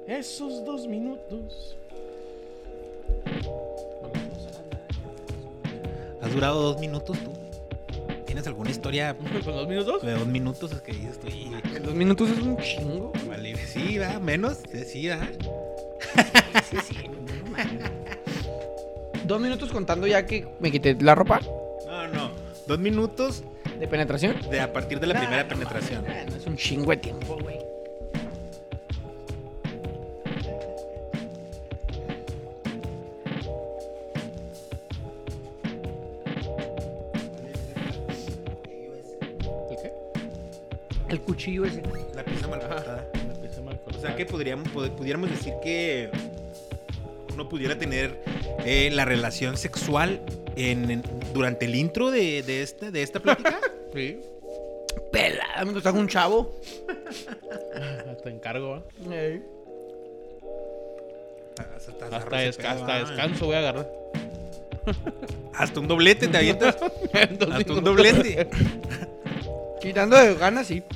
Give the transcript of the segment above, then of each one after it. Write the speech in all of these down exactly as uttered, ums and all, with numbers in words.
Esos dos minutos. ¿Has durado dos minutos tú? ¿Tienes alguna historia ¿Con dos minutos? de dos minutos? Es que ahí estoy... Dos minutos es un chingo. Vale, sí, va, menos, sí, va. Sí, sí. No mames. Dos minutos contando ya que me quité la ropa No, no, dos minutos de penetración. de a partir de la Nah, primera no penetración. mames, no es un chingo de tiempo, güey. ¿El qué? El cuchillo ese. La pieza mal cortada. La pieza mal cortada. O sea que podríamos, pod- pudiéramos decir que uno pudiera tener eh, la relación sexual en, en- durante el intro de, de, esta, de esta plática. Sí. Pelada, me costó un chavo. Hasta encargo, ¿va? Ey. hasta, Hasta, agarro ese desca- pedo, hasta ah. descanso voy a agarrar. Hasta un doblete te avientas. Dos Hasta un minutos. doblete. Quitando de ganas, sí.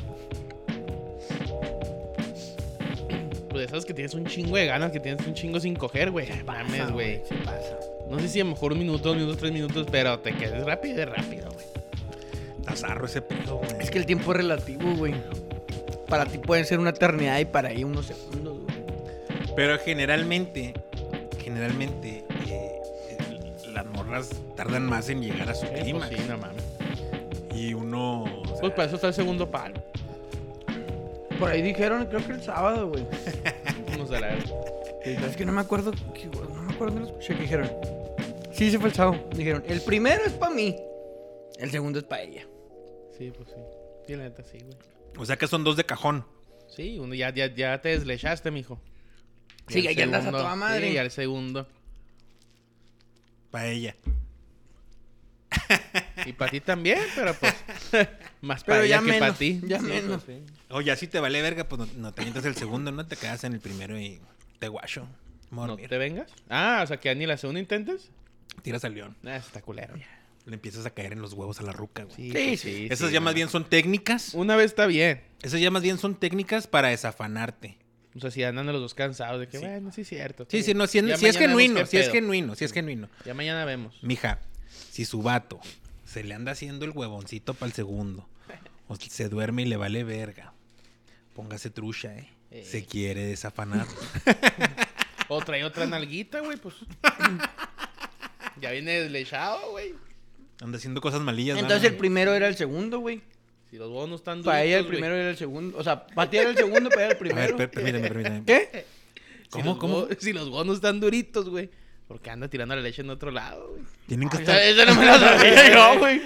Pues sabes que tienes un chingo de ganas, que tienes un chingo sin coger, güey. Mames, güey. ¿Qué pasa? No sé si a lo mejor un minuto, dos minutos, tres minutos, pero te quedes rápido y rápido, güey. Azarro ese pedo, güey. Es que el tiempo es relativo, güey. Para ti pueden ser una eternidad y para ahí unos segundos, güey. Pero generalmente, generalmente, eh, eh, las morras tardan más en llegar a su Eh, clima. pues sí, no mames. Y uno... o sea, Pues para eso está el segundo palo. Por ahí dijeron, creo que el sábado, güey. Vamos a la verga. Es que no me acuerdo, que- no me acuerdo dónde lo escuché que dijeron. Sí, se fue el sábado. Dijeron, el primero es para mí, el segundo es para ella. Sí, pues sí. Sí, la neta, sí, güey. o sea que son dos de cajón. Sí, uno ya, ya, ya te deslechaste, mijo. Y Sí, el ya andas a segundo- toda madre. Sí, y al segundo. Para ella. Y para ti también, pero pues. Más Pero para ya ella que para menos, ti. ya Sí, menos. pues, sí. O ya si te vale verga, pues no, no te avientas el segundo, no te quedas en el primero y te guacho. ¿No Dormir. te vengas? Ah, o sea, que ya ni la segunda intentes. Tiras al león. Ah, está culero. Le empiezas a caer en los huevos a la ruca, güey. Sí, Sí, pues, sí. Esas sí, ya no. más bien son técnicas. Una vez está bien. Esas ya más bien son técnicas para desafanarte. O sea, si andan los dos cansados de que, Sí. bueno, sí es cierto. Sí, está sí, bien. no, si, Ya si es mañana vemos genuino, qué si es pedo. genuino, si es genuino. Ya mañana vemos. Mija, si su vato se le anda haciendo el huevoncito para el segundo, o se duerme y le vale verga, póngase trucha, ¿eh? Eh. Se quiere desafanar. O trae otra nalguita, güey, pues. Ya viene deslechado, güey. Anda haciendo cosas malillas, ¿no? Entonces el primero era el segundo, güey. Si los huevos no están Para ella el duritos, primero era el segundo. O sea, para ti era el segundo, para ella el A primero. ver, per- permíteme, permíteme. ¿Qué? güey. Si ¿Cómo, los cómo? huevos- si los huevos no están duritos, güey. Porque anda tirando la leche en otro lado, güey. Tienen que Esa, estar... esa no me la sabía yo, güey.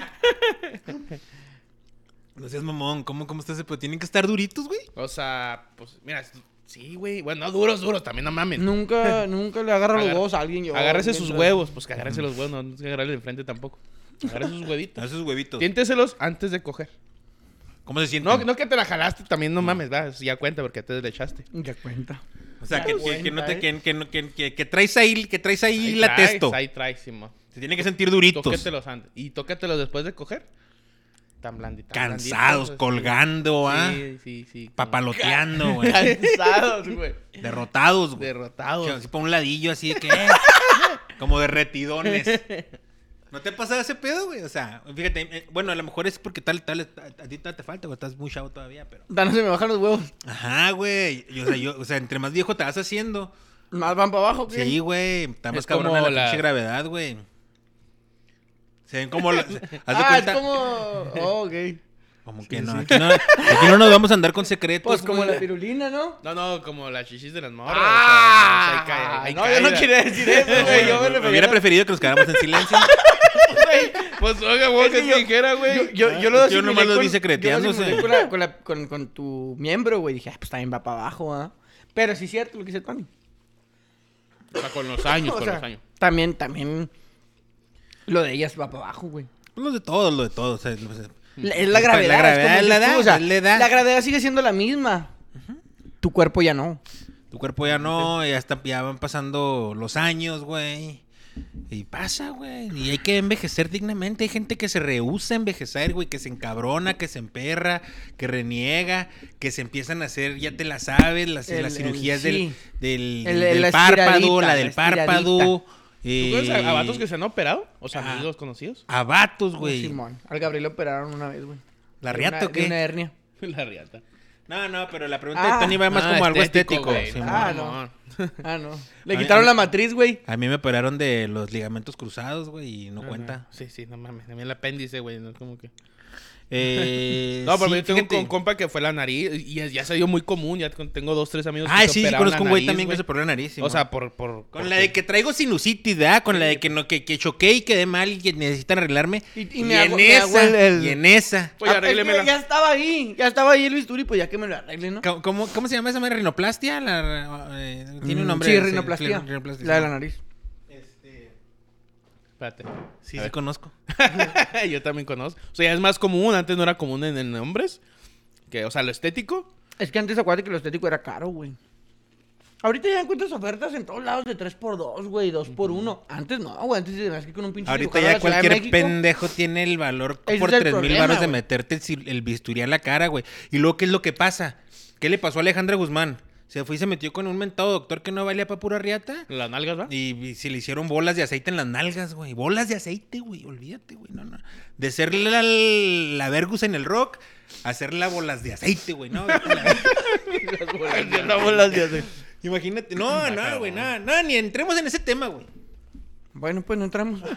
No seas mamón, ¿cómo, cómo está ese? Pero tienen que estar duritos, güey. O sea, pues, mira, sí, güey. Bueno, no duros, duros, también no mames. Nunca, nunca le agarro los Agar- huevos a alguien. Yo, Agárrese sus mientras- huevos. Pues que agárrese los huevos, no, no es que agarrarle de enfrente tampoco. Agárrese sus A huevitos. esos huevitos. Tiénteselos antes de coger. ¿Cómo se sienten? No, no que te la jalaste también, no mames, va. Ya cuenta porque te deslechaste. Ya cuenta. O sea, que, que, que no te, cuenta, que, que, no- que, que, que traes ahí, que traes ahí, Ahí la traes, testo. Ahí traes, Simón. Se tiene que sentir duritos. Tóquetelos antes. Y tócatelos después de coger. Tan blanditos. Cansados, colgando, ¿ah? Sí, sí, sí. como- Papaloteando, güey. Cansados, güey. Derrotados, güey. Derrotados. Así por un ladillo, así de que... eh, como derretidones. ¿No te ha pasado ese pedo, güey? O sea, fíjate, eh, bueno, a lo mejor es porque tal, tal, a, a ti tal te falta, güey, estás muy chavo todavía, pero... Ya no se me bajan los huevos. Ajá, güey. Y, O sea, yo, o sea, entre más viejo te vas haciendo... Más van para abajo, ¿qué? Sí, güey. Está más Es cabrona como la, la- pinche gravedad, güey. Se ven como... la- se- haz de Ah, cuenta- es como... Oh, ok. Como que no, aquí no, aquí no nos vamos a andar con secretos, Pues como güey. la pirulina, ¿no? No, no, como las chichis de las morras. Ah, o sea, hay ca- hay no, yo no caída. quería decir eso, güey. Yo me Hubiera refería... preferido que nos quedáramos en silencio. Pues oiga, güey, Es que que yo- te dijera, güey. Yo, yo, yo lo Yo asimilé nomás los con- vi secreteándose. yo lo asimilé Con, la- con, la- con, con tu miembro, güey. Dije, ah, pues también va para abajo, ¿ah? Pero sí es cierto lo que dice el Tony. O sea, con los años, O con sea, los años. También, también... Lo de ellas va para abajo, güey. Lo de todo, lo de todo. O sea, lo- La- es la Es gravedad. la gravedad, es como la dices tú, edad, o sea, la edad. la gravedad sigue siendo la misma. Tu cuerpo ya no. tu cuerpo ya no, ya, está, ya van pasando los años, güey. Y pasa, güey. Y hay que envejecer dignamente. Hay gente que se rehúsa a envejecer, güey. Que se encabrona, que se emperra, que reniega, que se empiezan a hacer, ya te la sabes, las, El- las el- cirugías sí. del, del, El- del la párpado, estiradita, la del la estiradita. párpado. ¿Tú eh, conoces a, a vatos que se han operado? O sea, Ah. amigos conocidos. A vatos, Oh, güey. Simón. Al Gabriel le operaron una vez, güey. ¿La De riata una- o qué? De una hernia. La riata. No, no, pero la pregunta Ah. de Tony va más Ah, como algo estético, estético. güey. Simón. Ah, Mamón. Ah, no. Le A mí- quitaron a mí- la matriz, güey. A mí me operaron de los ligamentos cruzados, güey, y no Ah, cuenta. Sí, sí, no mames. También el apéndice, güey. No es como que. Eh, No, pero sí, yo tengo fíjate. un compa que fue la nariz y ya, ya se dio muy común. Ya con- tengo dos, tres amigos Ah, que se sí, sí, operaron conozco la un güey nariz, también que se operó la nariz. O Simón. sea, por... por Con la de que traigo sinusitis, ¿verdad? Con la de que no que, que choqué y quedé mal y que necesitan arreglarme. Y- y Y, me en hago- me hago esa, el- el- y en esa. Pues Ah, es que arréglemela. ya estaba ahí. Ya estaba ahí el bisturí, pues ya que me lo arreglen, ¿no? ¿Cómo, cómo, cómo se llama esa madre? ¿Rinoplastia? La, eh, tiene un Mm, nombre. Sí, rinoplastia. rinoplastia, La de sí. la nariz. Espérate. Sí, A sí ver. conozco. Yo también conozco. O sea, ya es más común. Antes no era común en, en hombres. Que, o sea, lo estético. Es que antes acuérdate que lo estético era caro, güey. Ahorita ya encuentras ofertas en todos lados de tres por dos, güey, dos por uno. Antes no, güey. Antes tenías que ir con un pinche Ahorita cirujano a ya la Ciudad de cualquier México. pendejo tiene el valor Ese por es el tres mil problema, baros de güey. meterte el, cir- el bisturí a la cara, güey. Y luego, ¿qué es lo que pasa? ¿Qué le pasó a Alejandra Guzmán? Se fue y se metió con un mentado doctor que no valía pa' pura riata. Las nalgas, ¿va? Y, y se le hicieron bolas de aceite en las nalgas, güey. Bolas de aceite, güey. Olvídate, güey. No, no. De ser la, la vergus en el rock, a hacerla bolas de aceite, güey. No, vete a la verga. Las bolas de aceite. Imagínate. No, no, güey. No, no, ni entremos en ese tema, güey. Bueno, pues no entramos. No,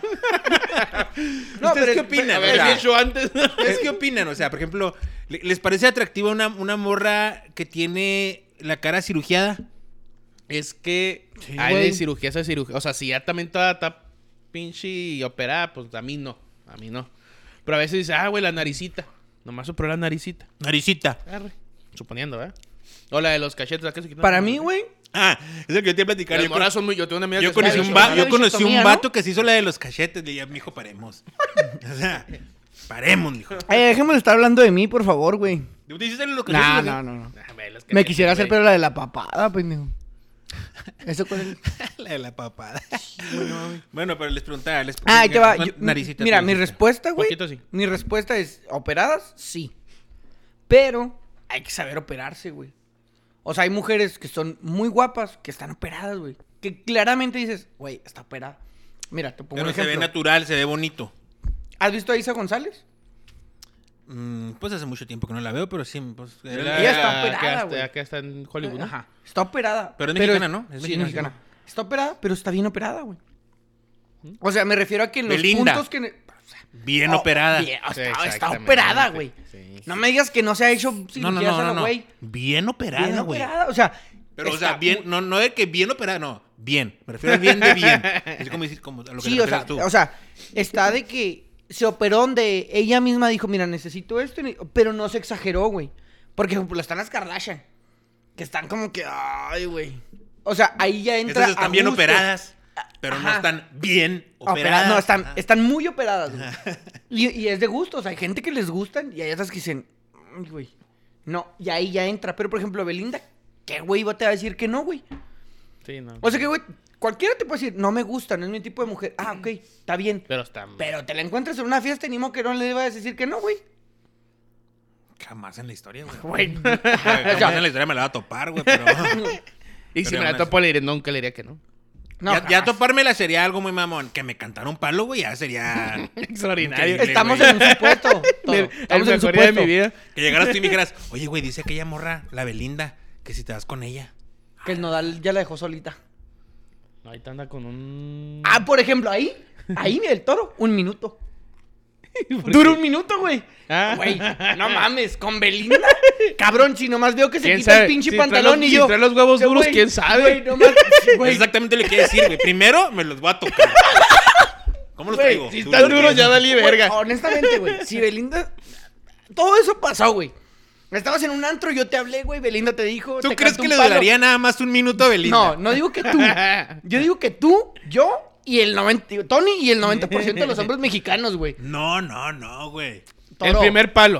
No, ¿Ustedes pero qué es- opinan? A O ver, sea, ¿qué he hecho antes? ¿Ustedes qué opinan? O sea, por ejemplo, ¿le- ¿les parece atractiva una, una morra que tiene la cara cirugiada? Es que Sí, hay güey. de cirugía a cirugía. O sea, si ya también está, está pinche y operada, pues a mí no. A mí no. Pero a veces dice, ah, güey, la naricita. Nomás operó la naricita. Naricita. Arre. Suponiendo, ¿verdad? O la de los cachetes. ¿la que se quitan? Para mí, güey, Ah, es el que yo te iba a platicar. Las Yo, con- morras son muy... Yo tengo una amiga yo que conocí, se un, llama va- la yo de conocí un bichectomía, ¿no? vato que se hizo la de los cachetes. Le dije, mijo, paremos. O sea, paremos, mijo. eh, déjame de estar hablando de mí, por favor, güey. ¿Tú te hiciste los cachetes? No, güey? no, no, no. Ah, güey, los Me cachetes, quisiera hacer, güey. pero la de la papada, pendejo. ¿Eso cuál es? La de la papada. Bueno, pero les preguntaba. Les Ah, ahí te va. ¿cuán- Yo- naricita, Mira, mi naricita. respuesta, güey. Poquito sí. Mi respuesta es: ¿operadas? Sí. Pero hay que saber operarse, güey. O sea, hay mujeres que son muy guapas que están operadas, güey. Que claramente dices, güey, está operada. Mira, te pongo Pero un se ve ejemplo. natural, se ve bonito. ¿Has visto a Isa González? Mm, pues hace mucho tiempo que no la veo, pero sí. Pues, Sí, era- la- Ella está que operada, hasta- güey. que está en Hollywood, ¿no? Ajá. Está operada. Pero es mexicana, ¿no? Es sí, mexicana, es mexicana. sí. Está operada, pero está bien operada, güey. O sea, me refiero a que en los Belinda. puntos que... Bien Oh, operada. bien, Sí, está, está exactamente. operada, güey. Sí. No me digas que no se ha hecho No, no, cirugías no, a no, lo no. güey. Bien operada, Bien güey. operada, o sea... Pero, o está sea, bien, muy- no, no de que bien operada, no. Bien. Me refiero al bien de bien. Es como decir, como a lo que Sí, te o sea, refieres tú. o sea, está de que se operó donde ella misma dijo, mira, necesito esto, y ne- pero no se exageró, güey. Porque, por ejemplo, están las Kardashian, que están como que, ay, güey. O sea, ahí ya entra Estas están a bien gusto. operadas, pero no Ajá. están bien Operadas. operadas. No, están, Ajá. están muy operadas, güey. Y, y es de gusto, o sea, hay gente que les gustan y hay otras que dicen, "Ay, güey, no", y ahí ya entra. Pero, por ejemplo, Belinda, ¿qué güey va- te va a decir que no, güey? Sí, no. O sea que, güey, cualquiera te puede decir, no me gusta, no es mi tipo de mujer. Ah, ok, está bien. Pero está... Pero te la encuentras en una fiesta y ni modo que no le vas a decir que no, güey. Jamás en la historia, güey. Güey. Güey, Jamás en la historia me la va a topar, güey, pero... Y si Pero me la aún así. topo, le diré, nunca le diría que no. No, ya, ya jamás. topármela sería algo muy mamón. Que me cantara un palo, güey, ya sería... Extraordinario. Increíble. Estamos güey. en un supuesto. todo. El Estamos en un mejor día de supuesto. mi vida. Que llegaras tú y me dijeras, oye, güey, dice aquella morra, la Belinda, que si te vas con ella. Que el Nodal ya la dejó solita. No, ahí te anda con un... Ah, por ejemplo, ahí, ahí, el toro, un minuto. ¿Por Dura qué? un minuto, güey. Ah. Güey, no mames, con Belinda. Cabrón, si nomás veo que se ¿Quién quita sabe? el pinche Si trae pantalón los- y si yo. trae los huevos que, duros, güey, ¿quién sabe? Güey, nomás, Es güey, exactamente lo que quiere decir, güey. Primero me los voy a tocar. ¿Cómo los güey, traigo? si Tú están los duros, quieres. ya valí güey, verga. honestamente, güey, si Belinda. Todo eso pasó, güey. Estabas en un antro, yo te hablé, güey, Belinda te dijo. ¿Tú te crees cantó que un le palo. duraría nada más un minuto a Belinda? No, no digo que tú. Yo digo que tú, yo y el noventa, Tony y el noventa por ciento de los hombres mexicanos, güey. No, no, no, güey. El Toro. primer palo.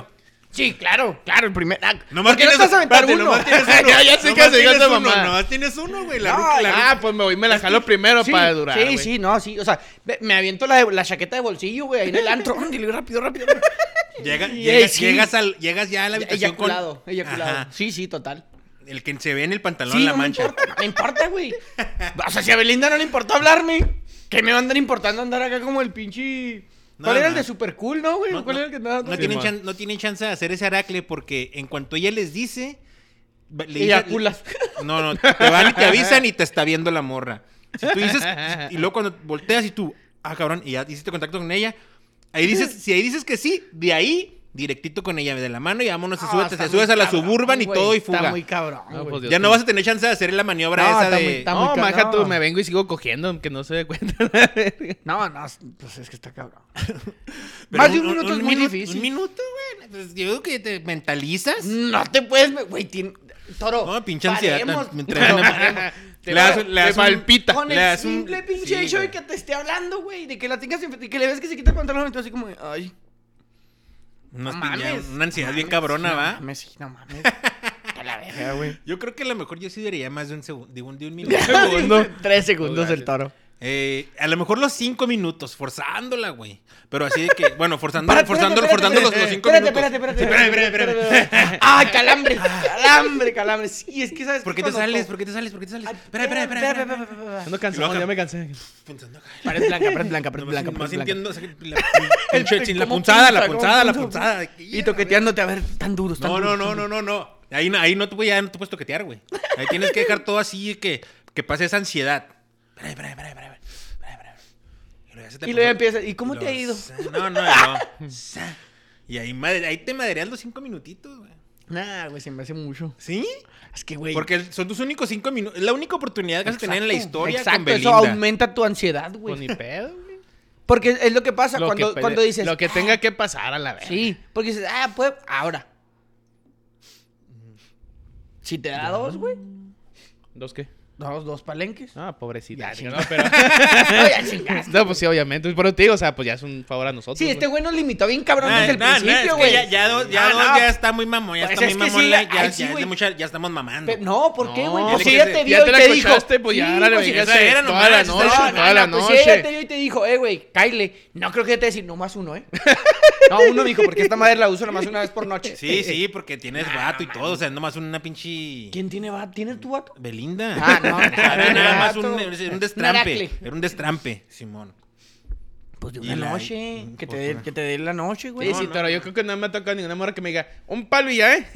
Sí, claro, claro, el primer. Ah, Nomás ¿por qué no tienes, te vas a aventar espérate, uno? nomás tienes uno. Ya, ya sé Nomás que se tienes esa uno, mamá. Nomás tienes uno, güey. La No, ruca, la Ah, ruca. pues me voy, me la jalo primero Sí, para durar, Sí, güey. sí, no, sí. O sea, ve- me aviento la, de- la chaqueta de bolsillo, güey, ahí en el antro. Ándale, rápido, rápido. Llega- Y, llegas, eh, sí. llegas, al, llegas ya a la habitación Eyaculado, con... eyaculado. Ajá. Sí, sí, total. El que se ve en el pantalón Sí, la no me mancha. importa, no me importa, güey. O sea, si a Belinda no le importó hablarme, ¿qué me va a andar importando andar acá como el pinche... ¿Cuál No, era el no. de super cool, no, güey? No, ¿Cuál no, era el que andaba? no Sí, tienen man. chan- no tienen chance de hacer ese aracle porque en cuanto ella les dice... va- le dice- Eyaculas. No, no, te van y te avisan y te está viendo la morra. Si tú dices... Y luego cuando volteas y tú... Ah, cabrón, y ya hiciste contacto con ella. Ahí dices... Si ahí dices que sí, de ahí... Directito con ella de la mano y vámonos, te Ah, subes, está te subes muy a la cabrón, Suburban y güey, todo y Está fuga. muy cabrón, No, güey. pues, Dios Ya no mío. vas a tener chance de hacer la maniobra No, esa está de... muy- está No, ca- maja, no. tú me vengo y sigo cogiendo, aunque no se dé cuenta. No, no, pues es que está cabrón. Pero Más de un minuto es muy minuto- difícil. Un minuto, güey. Pues yo digo que te mentalizas. No te puedes, me- güey, tiene... Toro, No, pinche ansiedad, paremos, me Toro, trae una- paremos. Te Le das- va- le te das un- palpita. Con Le el das un- simple pinche sí, hecho de güey. que te esté hablando, güey, de que la tengas enfrente y que le ves que se quita el pantalón y tú así como, de, ay, Unos no piña- mames. una ansiedad no bien mames, cabrona, no ¿va? mames, sí, no mames. Que la verga, güey. Yo creo que a lo mejor yo sí daría más de un segundo, de un, de un minuto. Tres segundos Gracias. el toro. Eh, a lo mejor los cinco minutos, forzándola, güey. Pero así de que, bueno, forzando, Espérate, forzando, espérate, forzando los, espérate, los cinco espérate, minutos. Espérate, Sí, espérate, espérate, espérate, espérate. ¡Ay, calambre! ¡Calambre, calambre! Sí, es que sabes ¿Por que qué te cuando sales? to- ¿Por qué te sales? ¿Por qué te sales? Ay, Espera, espera, espera, espera, espera. espera. Ando cansado, Loca. ya me cansé. Pensando acá. Pared blanca, pared blanca, pared Nomás- blanca, nomás pared blanca. sintiendo o sea, que la, pinche- sin la ¿Cómo punzada, la punza? ¿Cómo punzada, la punza? punzada. de que, Y toqueteándote, a ver, tan duros, tan No, no, duros, no, tan no, duros. no, no. Ahí no, ahí no te voy a, no te puedes toquetear, güey. Ahí tienes que dejar todo así que, que pase esa ansiedad. Espera, espera, espera, espera, espera, espera, espera. Y luego ya se te Y luego pasó. empieza, ¿y cómo Y te ha luego, ido? sa- No, no, no. Sa- Y ahí, madre, ahí te madreas los cinco minutitos, güey. Nah, güey, se me hace mucho. ¿Sí? Es que, güey. Porque son tus únicos cinco minutos. Es la única oportunidad que vas a tener en la Exacto, historia exacto, con eso Belinda. aumenta tu ansiedad, Pues güey. ni pedo, güey. Porque es lo que pasa Lo cuando, que- cuando dices. Lo que tenga que pasar a la vez. Sí, porque dices, ah, pues, ahora. Si te da dos, güey. ¿Dos qué? Dos, dos palenques. Ah, pobrecita. Ya, No, pero... No, ya chingaste. No, pues sí, obviamente. Pero te digo, o sea, pues ya es un favor a nosotros. Sí, este güey nos limitó bien cabrón Nah, desde el nah, nah, es principio, que güey. ya, ya dos, ya, No, dos no. ya está muy mamón, ya Pues está es muy que mamón. sí, la- ay, ya, sí, ya, es güey. de mucha- ya estamos mamando. Pe- no, ¿por qué, güey? No, Pues es si que ella se- te ya vio te y la te dijo. cochaste, pues ya, órale, pues, si véngase, ella- era toda nomás, la esa- noche, No, no, toda la no, pues si ella te noche. vio y te dijo, eh, güey, Kyle, no creo que te decir nomás uno, ¿eh? No, uno dijo, porque esta madre la uso nomás una vez por noche. Sí, sí, porque tienes vato y todo, o sea, nomás una pinche... ¿Quién tiene vato? ¿Tienes tu vato? Belinda. Ah, no, Era nada más vato. un, era un Un destrampe. aracle. Era un destrampe, Simón. Pues de Y una la- noche. y- Que te, pues, dé, una- que te dé la noche, güey. Sí, No, sí, no, pero yo no. creo que no me ha tocado ninguna morra que me diga, un palo y ya, ¿eh?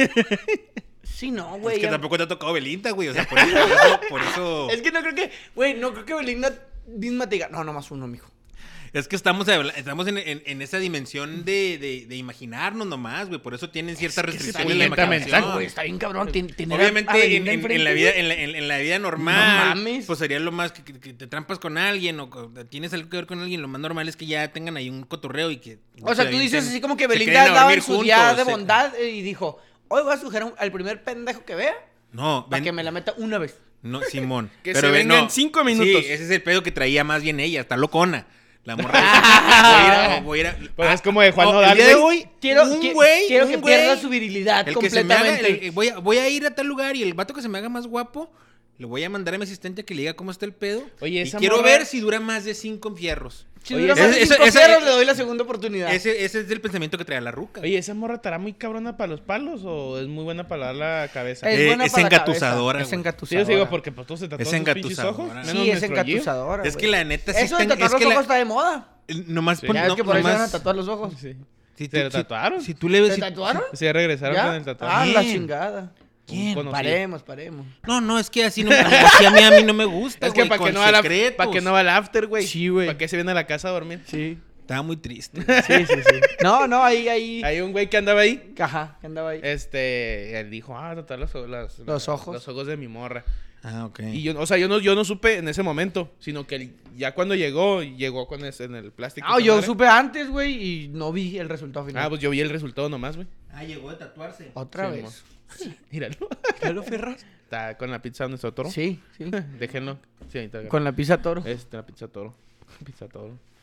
Sí, no, güey. Es que ya- tampoco te ha tocado Belinda, güey, o sea, por eso... Por eso, por eso- Es que no creo que, güey, no creo que Belinda misma te diga, no, nomás uno, mijo. Es que estamos, habla- estamos en, en- en esa dimensión de, de, de imaginarnos nomás, güey. Por eso tienen ciertas Es que está restricciones de la bien, también, imaginación. Exacto, güey, está bien cabrón. ten- tener a- a Obviamente, en, Belinda en- enfrente, en la vida, güey. en, la, en- en la vida normal, No mames. pues sería lo más que, que- que te trampas con alguien o co- tienes algo que ver con alguien. Lo más normal es que ya tengan ahí un cotorreo y que. O sea, se tú dices avienten- así como que se Belinda queden a andaba en dormir su día juntos, de se- bondad eh, y dijo, hoy voy a sugerir un- al primer pendejo que vea No, para ven- que me la meta una vez. no, Simón. Que Pero se ve, venga no. en cinco minutos. Sí, ese es el pedo que traía más bien ella, está locona. La morra. voy a ir a- voy a ir a- Pues es como de Juan Oh, Nodal, el día de güey. hoy, Quiero, un qui- güey, quiero un que güey, pierda su virilidad el que se me haga, completamente. el- voy, a, voy a ir a tal lugar y el vato que se me haga más guapo, le voy a mandar a mi asistente que le diga cómo está el pedo. Oye, y esa quiero morra- ver si dura más de cinco fierros. Si Oye, dura ese- más de ese- cinco ese- fierros, le doy la segunda oportunidad. Ese, ese es el pensamiento que trae la ruca. Oye, ¿esa morra estará muy cabrona para los palos o es muy buena para dar la cabeza? Es Eh, buena es para la engatusadora, cabeza, Es güey. Sí, engatusadora. yo digo porque pues todos se tatuan Es sus pinches ojos. engatusadora. menos Sí, es nuestro Gio. engatusadora, es güey. que la neta sí Eso de está- tatuar es los que la- ojos está de moda. Nomás Sí. pon- Ya ves no- que por ahí se nomás- van a tatuar los ojos. Sí. si ¿Se tú- lo si- tatuaron? Si tú le ves... ¿Se si- tatuaron? Sí, ya regresaron ¿Ya? con el tatuaje. Ah, la ¿Quién? chingada. ¿Quién? Conocido. Paremos, paremos. No, no, es que así, no, así a, mí, a mí no me gusta, Es que güey, para que, con no va la- secretos. pa' que no va al after, güey. Sí, güey. ¿Para qué se viene a la casa a dormir? Sí. Estaba muy triste. Sí, sí, sí. No, no, ahí, ahí. Hay un güey que andaba ahí. Ajá, que andaba ahí. Este, él dijo, ah, tatuar los, las- Los ojos. Los ojos de mi morra. Ah, ok. Y yo, o sea, yo no, yo no supe en ese momento, sino que él- ya cuando llegó, llegó con ese, en el plástico. Ah, esa yo madre. supe antes, güey, y no vi el resultado final. Ah, pues yo vi el resultado nomás, güey. Ah, llegó de tatuarse. Otra Sí, vez. Míralo. ¿Ya lo ferras? Está con la pizza nuestro toro. Sí, sí. Déjenlo. Sí, ahí está. Con la pizza toro. Este, la pizza toro. Pizza toro.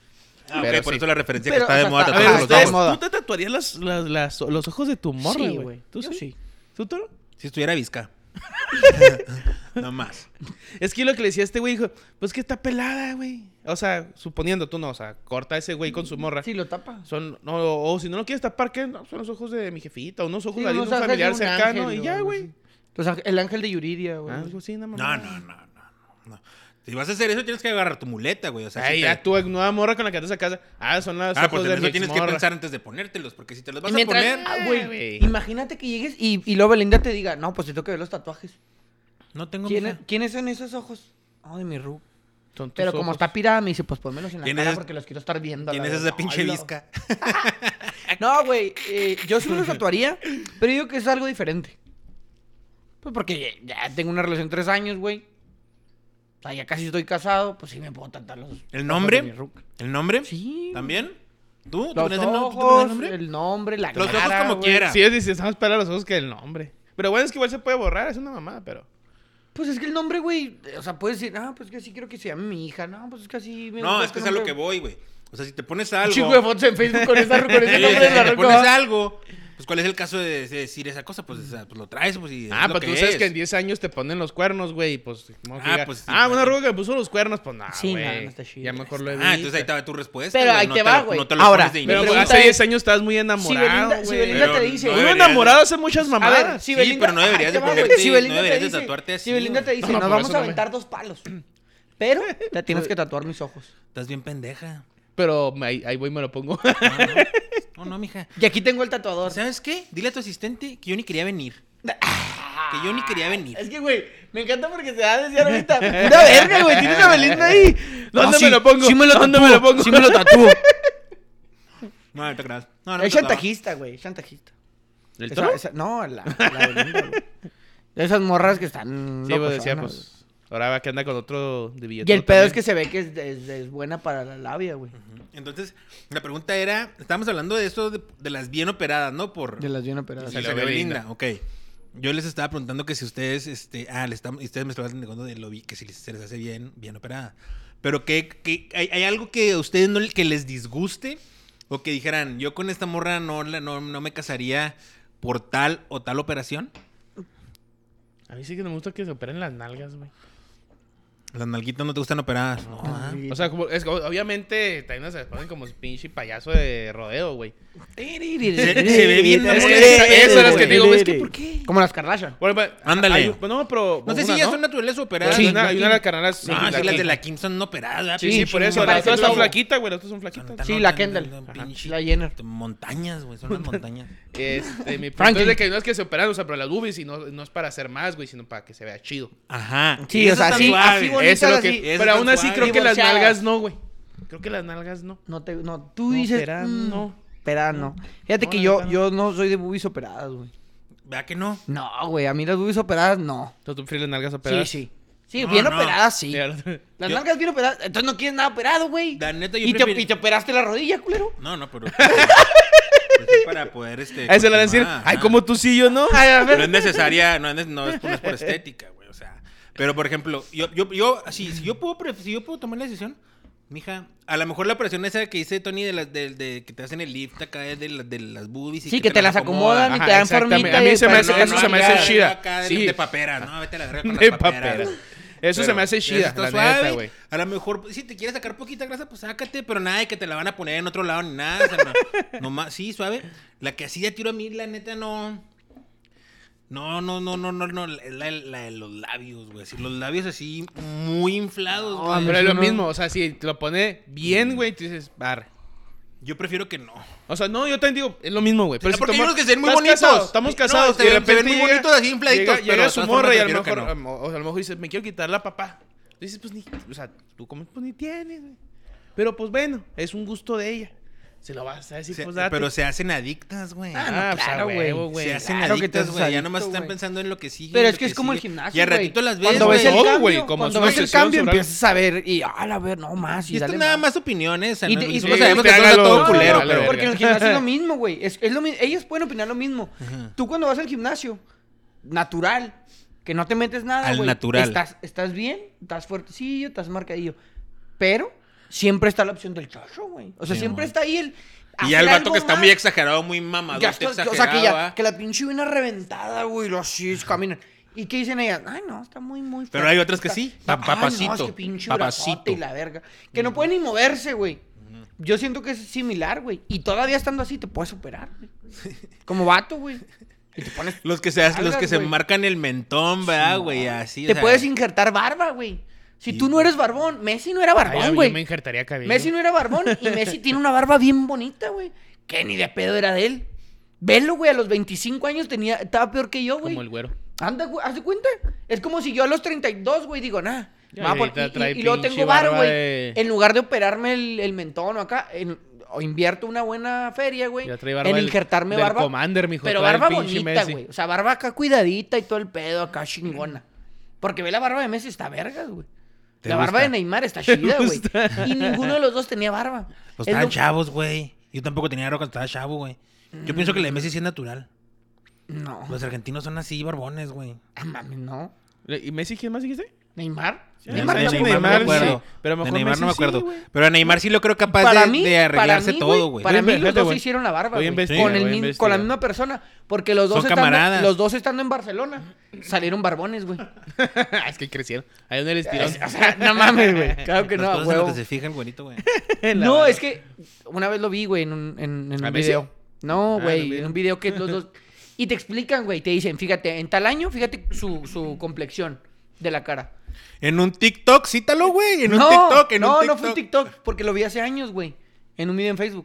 Ah, Pero ok, por sí. eso la referencia Pero, que está o de sea, moda. está- A ver, tatuarse los está de ustedes, ojos. moda. ¿tú te tatuarías las, las, las- los ojos de tu morra, Sí, güey? güey. ¿Tú Yo sí? sí. ¿Tú, tú? Si estuviera visca. No más. Es que lo que le decía a este güey, dijo, pues que está pelada, güey. O sea, suponiendo tú no, o sea, corta ese güey con su morra. Sí, lo tapa. Son, no, o, o si no lo quieres tapar, ¿qué? No, son los ojos de mi jefita, unos ojos Sí, de unos un ángeles familiar de un cercano ángel y o ya, algo güey. así. Los ángel- el ángel de Yuridia, güey. Algo así, nada más. No, no, no, no, no, no. Si vas a hacer eso, tienes que agarrar tu muleta, güey. O sea, Ay, si ya te- tu nueva morra con la que andas a casa. Ah, son las Ah, ojos pues en de eso mi tienes que exmorra. pensar antes de ponértelos, porque si te los vas Y a mientras- poner, ah, Ay, güey, güey. imagínate que llegues y, y luego Belinda te diga, no, pues te tengo que ver los tatuajes. no tengo ¿Quién- mija. ¿Quiénes son esos ojos? Oh, de mi Ru. Son tus Pero como ojos. está pirada, me dice, pues pónmelos en la ¿Quién cara es- porque los quiero estar viendo. a la ¿Quién es vez. esa pinche Ay, lo- visca? No, güey, eh, yo sí me los tatuaría, pero digo que es algo diferente. Pues porque ya tengo una relación de tres años, güey. O sea, ya casi estoy casado, pues sí me puedo tatuar los... ¿El ojos nombre? de mi Ru. ¿El nombre? Sí. ¿También? ¿Tú? ¿Tú Los pones el, nom- ¿tú pones ojos, el nombre? el nombre, la Los cara, ojos como güey. quiera. Sí, es decir, estamos para los ojos que el nombre. Pero bueno, es que igual se puede borrar, es una mamada, pero... Pues es que el nombre, güey, o sea, puedes decir, ah, pues que sí quiero que se llame mi hija. No, pues es que así... me No, gusta es que es este a lo nombre. que voy, güey. O sea, si te pones Un algo... chico de fotos en Facebook con, esa, con ese Sí, nombre de la si te roca. pones algo, pues ¿cuál es el caso de, de decir esa cosa? Pues, o sea, pues lo traes, pues y Ah, es lo pero que tú sabes es. que en diez años te ponen los cuernos, güey, pues... como que Ah, diga, pues sí, ah, güey. una ruga que me puso los cuernos, pues nada, Sí, güey. no, no está chido. Ya mejor lo he Ah, entonces ahí te va tu respuesta. Pero güey, ahí no te lo- va, güey. No te lo Ahora, pones de mi Pero inicio. pues, pregunta hace es- diez años estabas muy Si enamorado, Belinda, si güey. Belinda Pero te dice... no Uno deberías de- enamorado hace muchas A mamadas. ver, si Sí, Belinda... pero no deberías ahí de te va, ponerte- güey. Si no Belinda te deberías de dice- tatuarte así, Si Belinda te güey. dice, No, nos por vamos eso a no me- aventar dos palos. Pero te tienes que tatuar mis ojos. Estás bien pendeja. Pero ahí, ahí voy y me lo pongo. No, no, no, no, mija. Y aquí tengo el tatuador. ¿Sabes qué? Dile a tu asistente que yo ni quería venir. Que yo ni quería venir. Es que, güey, me encanta porque se va a decir ahorita. Una verga, güey. Tienes a Belinda ahí. ¿Dónde No, me sí, lo pongo? Sí me lo ¿Dónde tatúo, me lo pongo? Sí me lo tatúo. No, no te creas. No, no Es me tocaba. chantajista, güey. Es chantajista. ¿El Esa- toro? esa- no, la, la Belinda, güey. Esas morras que están. Sí, pues decía, locosonas, pues... Ahora va que anda con otro de billete. Y el pedo es que se ve que es, es- es buena para la labia, güey. Entonces, la pregunta era, estábamos hablando de eso de, de las bien operadas, ¿no? Por De las bien operadas. y Salió salió Belinda. Belinda, ok. Yo les estaba preguntando que si ustedes, este, ah, le estamos, ustedes me estaban preguntando de lo vi- que si les- se les hace bien, bien operada. Pero que, que hay, hay algo que a ustedes no le- que les disguste o que dijeran, yo con esta morra no, la- no, no me casaría por tal o tal operación. A mí sí que me gusta que se operen las nalgas, güey. Las nalguitas no te gustan operadas. No, ah. O sea, como, es, obviamente también se ponen como pinche payaso de rodeo, güey. Se, se ve bien. Es mamón. que esas- esas son las que güey. digo, güey, es que ¿por qué? Como las Kardashian. Bueno, pues, Ándale. hay- no, pero... No sé si una, ya ¿no? son naturales o Pero operadas. hay Sí, una, la hay Kim. una de las carnalas... No, sí, sí, las Kim. de la Kim son operadas. ¿verdad? Sí, sí, por sí, eso. me Las parece otras están que- flaquitas, güey. Las otras son flaquitas. Tan- Sí, tan- la tan- Kendall. tan- Ajá. pinche- La Jenner. Montañas, güey. Son las montañas. Este, mi punto Franklin. es de que hay unas que se operan, o sea, pero las boobies y no, no es para hacer más, güey, sino para que se vea chido. Ajá. Sí, Eso o sea, está sí, suave. así bonitas, Eso es lo que... así. Eso Pero está aún así suave. creo que las Divorciadas. nalgas no, güey. Creo que las nalgas no. No, te, no, tú No, dices. operadas, mm, no. Operadas no. Fíjate No, que la yo, neta no. yo no soy de boobies operadas, güey. ¿Verdad que no? No, güey, a mí las boobies operadas no. ¿Tú prefieres las nalgas Sí, operadas? sí. Sí, No, bien no. operadas, sí. Sí. Las Yo- nalgas bien operadas. Entonces no quieres nada operado, güey. La neta, yo y, te, prefiero- y te operaste la rodilla, culero. No, no, pero... Pues es para poder, este... Ahí se la van a decir, continuar, ay, ajá. como tú sí, yo no. Ay, a ver. No es necesaria, no es, no es, por, no es por estética, güey, o sea... Pero, por ejemplo, yo, yo, yo, así, si yo puedo, pref- si yo puedo tomar la decisión, mija, a lo mejor la operación esa que dice Tony de las, de, de que te hacen el lift acá de, las- de las boobies y Sí, que te las acomodan y Ajá, te dan exactamente. formita. A mí y se me para hace- que eso no se me haya- hace chida. Acá de, Sí. de papera, no, vete a la verga con De las paperas. papera. Eso se Pero me hace eso chida, está la suave. neta, güey. A lo mejor, si te quieres sacar poquita grasa, pues sácate, pero nada de que te la van a poner en otro lado ni nada. O sea, no, nomás, sí, suave. La que así de tiro a mí, la neta, no. No, no, no, no, no, no. Es la, la de los labios, güey. Así, los labios así muy inflados, No, güey. a mí Pero es sí lo no. mismo, o sea, si te lo pone bien, güey, tú dices, barre. Yo prefiero que no. O sea, no, yo también digo, es lo mismo, güey. Pero porque hay toma- unos que se ven muy estás bonitos. casado, estamos No, casados se y de ven- se ven repente muy llega- bonitos así infladitos, Llega, pero llega de su todas morra formas y a lo prefiero que mejor, no. o, o a lo mejor dices, me quiero quitar la papá. Dices, pues ni, o sea, tú como, pues ni tienes, güey. Pero pues bueno, es un gusto de ella. Se lo vas a decir, Se- pues date. pero se hacen adictas, güey. Ah, Ah, no, pues, a claro, huevo, güey. Se hacen Claro que te adictas, haces güey. Ya adicto, nomás están güey. pensando en lo que sigue. Pero en es lo que es como el sigue. gimnasio, Y al güey. ratito las ves, Cuando ves güey. el Todo, cambio, güey, como cuando es una ves el sesión cambio sobre algo. empiezas a ver y, ah, a ver, no más. Y esto dale es nada más. más opiniones. O sea, Y no- te- y nosotros te- sabemos te que todo haga está todo lo- culero, vale, pero... Porque en el gimnasio es lo mismo, güey. Es, es lo mismo. Ellos pueden opinar lo mismo. Tú cuando vas al gimnasio, natural, que no te metes nada, Al güey. natural. Estás, estás bien, estás fuertecillo, estás marcadillo. Pero siempre está la opción del chocho, güey. O sea, Sí, siempre man. está ahí el... Y ya el hacer vato algo que está más. muy exagerado, muy mamador, Ya está, exagerado. o sea, que ya, que la pinche viene reventada, güey, lo así, caminan. ¿Y qué dicen ellas? Ay, no, está muy, muy fea. Pero hay otras que sí. Está- Pa- Ay, papacito, no, es que pinche papacito. brazote y la verga. Que no pueden ni moverse, güey. Yo siento que es similar, güey. Y todavía estando así te puedes operar, güey. Como vato, güey. Y te pones... Los que se, hacen- los que Algas, se güey. marcan el mentón, ¿verdad, güey? Así, o Te sea, puedes injertar barba, güey. Si Sí, tú no güey. eres barbón, Messi no era Ay, barbón, yo güey. me injertaría cabello. Messi no era barbón y Messi tiene una barba bien bonita, güey. Que ni de pedo era de él. Velo, güey, a los veinticinco años tenía, estaba peor que yo, güey. Como el güero. Anda, güey, ¿haz de cuenta? Es como si yo a los treinta y dos, güey, digo, nah. Ya, me voy a ahorita pon- y, trae y- y luego pinche tengo bar, barba güey. de- En lugar de operarme el, el mentón o acá, en- o invierto una buena feria, güey. Ya trae barba En del- injertarme del barba. Commander, mijo, Pero trae el barba pinche bonita, Messi. güey. O sea, barba acá cuidadita y todo el pedo acá chingona. Porque ve la barba de Messi, está vergas, güey. ¿Te La barba gusta? de Neymar está chida, güey. gusta? Y ninguno de los dos tenía barba. Pues Es estaban lo- chavos, güey. Yo tampoco tenía barba cuando estaba chavo, güey. Yo pienso que la de Messi sí es natural. No. Los argentinos son así, barbones, güey. Ah, mames, no. ¿Y Messi quién más dijiste? ¿Neymar? Sí, Neymar de tampoco. Neymar, no me acuerdo. sí. Pero a lo De mejor Neymar no me Messi sí, acuerdo. güey. Pero a Neymar sí lo creo capaz Para de, mí, de arreglarse para mí, todo, güey. Para Voy a mí los investigar, dos güey. se hicieron la barba, Voy a güey. investigar, Con, el voy a mismo- investigar. con la misma persona. Porque los dos, Son estando, camaradas. los dos estando en Barcelona, salieron barbones, güey. es que crecieron. Ahí donde el estirón. O sea, no mames, güey. Claro que Las no, cosas en las huevo. que se fijan, bonito, güey. En la No, barba. es que una vez lo vi, güey, en un, en, en ¿A un Messi? video. No, Ah, güey, en un video. en un video que los dos... Y te explican, güey, te dicen, fíjate, en tal año, fíjate su, su complexión de la cara. En un TikTok, cítalo, güey. En un no, TikTok, en no, un TikTok. no fue un TikTok, porque lo vi hace años, güey, en un video en Facebook.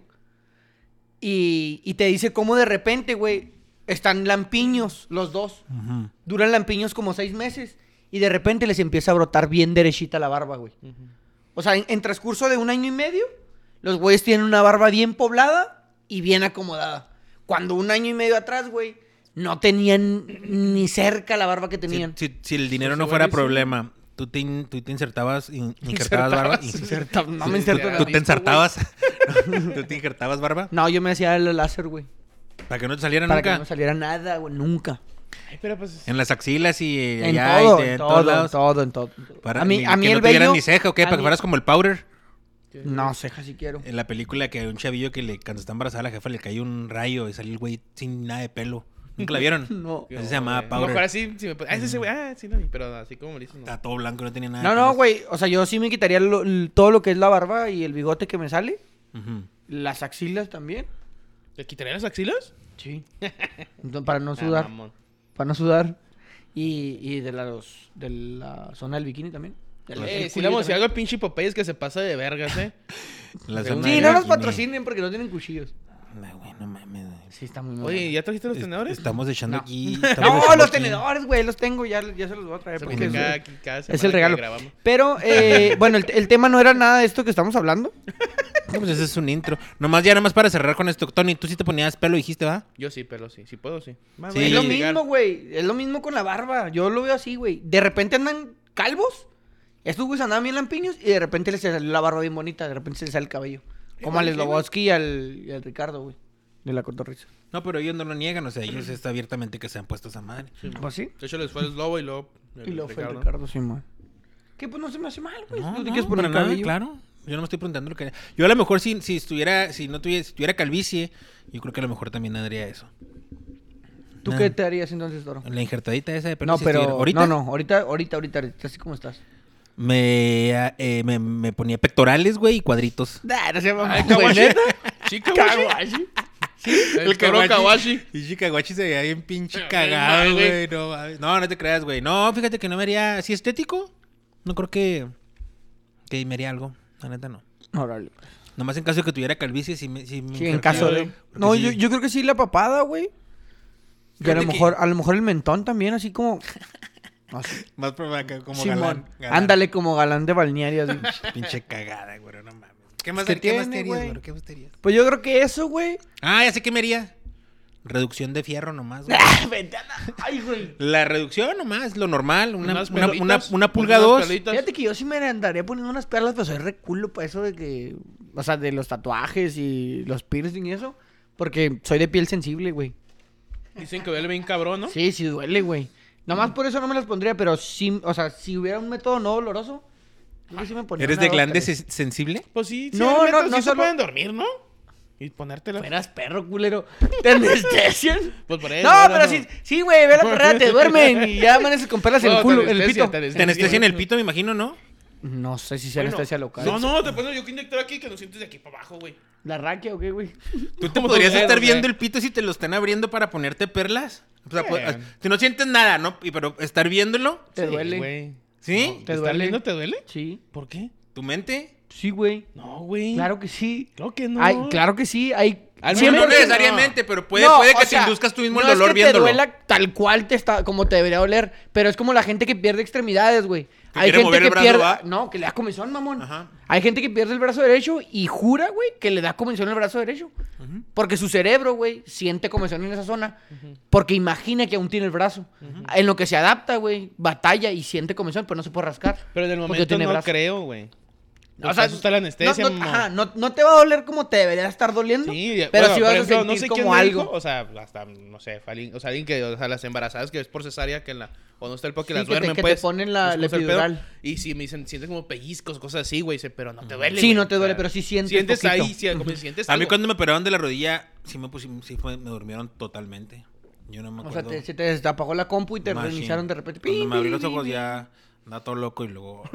Y, y te dice cómo de repente, güey, están lampiños los dos. Ujú. Duran lampiños como seis meses y de repente les empieza a brotar bien derechita la barba, güey. O sea, en, en transcurso de un año y medio, los güeyes tienen una barba bien poblada y bien acomodada. Cuando un año y medio atrás, güey, no tenían ni cerca la barba que Si, tenían. si- si el dinero Pues no fuera igual y sí. problema, tú te, in- tú te insertabas, in- injertabas barba. Inserta- no me Sí, inserto tú- en la Tú te nariz, insertabas. ¿Tú te injertabas barba? No, yo me hacía el láser, güey. Para que no te saliera Para que nunca. no me saliera nada, güey, nunca. Ay, pero pues... En las axilas y eh, En allá todo, y de- en en todo, todos en lados. todo, en todo. Para, a mí, ni- a mí que el no tuvieran vello... ni ceja o qué, a para que mí- fueras como el powder. No, ceja si quiero. En la película que un chavillo que le, cuando está embarazada la jefa le cayó un rayo y salió el güey sin nada de pelo. ¿Nunca la vieron? No. Ese se llamaba güey. powder. A lo mejor así, si me... Ah, ese güey. Ah, sí, no. Pero así como lo dices, no. Está todo blanco, no tenía nada. No, de no, pelos. güey. O sea, yo sí me quitaría lo- l- todo lo que es la barba y el bigote que me sale. Ujú. Las axilas también. ¿Te quitarían las axilas? Sí. Entonces, para no Ah, sudar. mamón. Para no sudar. Y, y de, la, los, de la zona del bikini también. Del- del Eh, si culillo le vamos a también. algo al pinche Popeyes que se pasa de vergas, eh. La Sí, zona Sí, del no nos bikini. patrocinen porque no tienen cuchillos. No, güey, no mames, güey. Sí, está muy mal. Oye, ¿ya trajiste los Es- tenedores? Estamos echando No. aquí. estamos No, echando los aquí. tenedores, güey, los tengo, ya, ya se los voy a traer. O sea, Porque porque es, cada, cada es semana el que regalo. grabamos. Pero, eh, bueno, el, el tema no era nada de esto que estamos hablando. No, pues ese es un intro. Nomás ya, nomás para cerrar con esto. Tony, tú sí te ponías pelo, dijiste, ¿va? Yo sí, pero sí. Si puedo, sí. Va, Sí. voy a Es lo investigar. mismo, güey. Es lo mismo con la barba. Yo lo veo así, güey. De repente andan calvos. Estos güeyes andaban bien lampiños y de repente les sale la barba bien bonita. De repente se les sale el cabello. Como al Igual que, Slobodsky y al, y al Ricardo, güey. De la cotorriza. No, pero ellos no lo niegan, o sea, ellos está abiertamente que se han puesto esa madre. Pues sí. De hecho, les fue el lobo y luego... el Y luego fue el Ricardo. Ricardo, sí, man. Que pues no se me hace mal, güey. No, No, te no, quieres poner para nada, cabello. claro. Yo no me estoy preguntando lo que... Yo a lo mejor si, si estuviera, si no tuviera, si tuviera calvicie, yo creo que a lo mejor también haría eso. ¿Tú Nah. qué te harías entonces, Toro? La injertadita esa de pelo. No, si pero... estuviera- ¿Ahorita? No, no. Ahorita, ahorita, ahorita, ahorita. Así como estás. Me, eh, me, me ponía pectorales, güey, y cuadritos. Nah, no se llama Ay, güey, Kawashi. ¿neta? Sí, Kawashi. Kawashi. El cabrón Kawashi. Y Chikawashi se veía bien pinche Bien cagado, mal, güey. güey. No, mames. no, no te creas, güey. No, fíjate que no me haría así estético. No creo que... Que me haría algo. La neta no. Órale. Nomás en caso de que tuviera calvicie, sí me... Sí, me Sí, en injertaría, caso de... güey. Porque No, sí- yo, yo creo que sí la papada, güey. Y a lo Fíjate que- mejor, a lo mejor el mentón también, así como... Así. Más por acá, como Simón. galán, galán. Ándale como galán de balneario, así. Pinche cagada, güey, no mames. ¿Qué más, ¿Qué ¿qué más tiene, te harías, güey? güey? ¿Qué más te harías? Pues yo creo que eso, güey. Ah, ya sé qué me haría. Reducción de fierro nomás, güey. Vete a la- Ay, güey. La reducción nomás, lo normal. Una, Unas una, perlitas, una, una pulga unas dos. perlitas. Fíjate que yo sí me andaría poniendo unas perlas, pero soy re culo para eso de que... O sea, de los tatuajes y los piercing y eso. Porque soy de piel sensible, güey. Dicen que duele bien cabrón, ¿no? Sí, sí duele, güey. Nomás por eso no me las pondría, pero sí... O sea, si hubiera un método no doloroso, Yo sí me ponía ¿Eres una, de dos, glande tres. se- sensible? Pues sí, sí, No, no, no, no, no sí se solo- pueden dormir, ¿no? Y ponértela. Fueras perro, culero. ¿Te anestesian? Pues por eso. No, ahora pero sí, sí, güey, ve la perrera, te duermen y ya amaneces con perlas en el No, culo, te en el anestesia, pito. te Te anestesia en el pito, me imagino, ¿no? No sé si sea Bueno, anestesia local. No, no, te pones yo que inyectar aquí que lo sientes de aquí para abajo, güey. ¿La raquia o qué, güey? ¿Tú te No, podrías güey, estar no sé. viendo el pito si te lo están abriendo para ponerte perlas? O sea, pues, Bien. si no sientes nada, ¿no? Y pero estar viéndolo, ¿Te Sí, duele? güey. ¿sí? ¿Te ¿Te estás duele? viendo? ¿Te duele? Sí. ¿Por qué? ¿Tu mente? Sí, güey. No, güey. Claro que sí. Claro que no. Ay, claro que sí. Hay... Al Siempre menos no que necesariamente, pero puede, No, puede que o te sea, induzcas tú mismo no el dolor es que viéndolo. te duela tal cual te está, como te debería doler, pero es como la gente que pierde extremidades, güey. Que Hay quiere gente mover que el brazo, pierde, ¿va? no, que le da comezón, mamón. Ajá. Hay gente que pierde el brazo derecho y jura, güey, que le da comezón el brazo derecho. Porque su cerebro, güey, siente comezón en esa zona, porque imagina que aún tiene el brazo. En lo que se adapta, güey, batalla y siente comezón, pero no se puede rascar. Pero del porque momento tiene no brazo. creo, güey. O sea, eso está la anestesia, no, no, mamá. ajá, no, no te va a doler como te debería estar doliendo, Sí, ya- pero bueno, sí por vas ejemplo, a sentir no sé quién como me algo. dijo, o sea, hasta, no sé, fue alguien, o sea, alguien que, o sea, las embarazadas que es por cesárea, que en la, cuando está el po que Sí, las que te- duermen, que te pues. ponen la- pues, la como el pedo, epidural. Y si me dicen, sientes como pellizcos, cosas así, güey, dice, pero no te duele, Sí, güey, no te o duele, sea, pero sí sientes Sientes poquito. ahí, sí, como si sientes A mí algo. cuando me operaron de la rodilla, sí me puse, sí fue- me durmieron totalmente. Yo no me O sea, acuerdo. te- se te apagó la compu y te Machine. reiniciaron de repente. Cuando Pi, me abrí los pi, ojos pi, ya andaba todo loco y luego...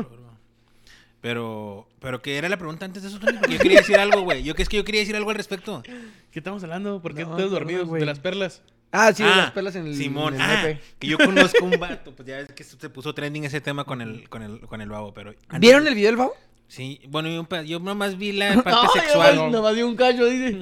Pero, pero ¿qué era la pregunta antes de eso, Tony? Porque yo quería decir algo, güey. Yo que es que yo quería decir algo al respecto. ¿Qué estamos hablando? ¿Por qué No, todos no, dormidos? güey. De las perlas. Ah, sí, de Ah, las perlas en el, Simón, en el ah, nepe. que yo conozco un vato, pues ya ves que se puso trending ese tema con el, con el, con el babo, pero... ¿Vieron el video del babo? Sí, bueno, yo, un pe- yo nomás vi la parte No, sexual. yo nomás vi un callo, dice.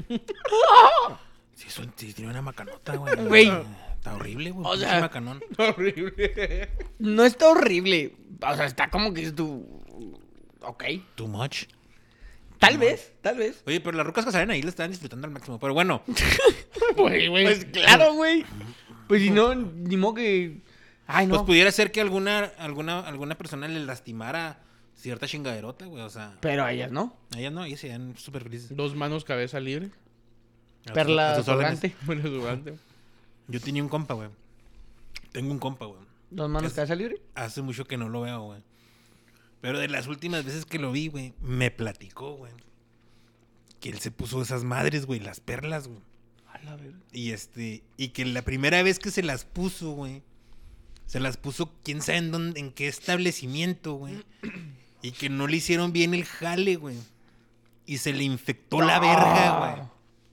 Sí, son- sí, tiene una macanota, güey. Güey. Está horrible, güey. O pinche sea- macanón. Horrible. No está horrible. O sea, está como que es tu... Ok. Too much. Tal vez, tal vez. Oye, pero las rucas que salen ahí la estaban disfrutando al máximo. Pero bueno, Güey, güey. Pues claro, güey. Pues si no, ni modo que... Ay, pues no. pudiera ser que alguna, alguna, alguna persona le lastimara cierta chingaderota, güey. O sea, Pero a ellas no. a ellas no, ellas serían súper felices. Dos manos, cabeza libre. A Perla tus- a tus órdenes. colgante. Bueno, durante. Yo tenía un compa, güey. Tengo un compa, güey. Dos manos, Es- cabeza libre. Hace mucho que no lo veo, güey. Pero de las últimas veces que lo vi, güey, me platicó, güey. Que él se puso esas madres, güey, las perlas, güey. A la verga. Y este, y que la primera vez que se las puso, güey, se las puso quién sabe en dónde, en qué establecimiento, güey. Y que no le hicieron bien el jale, güey. Y se le infectó la verga, güey.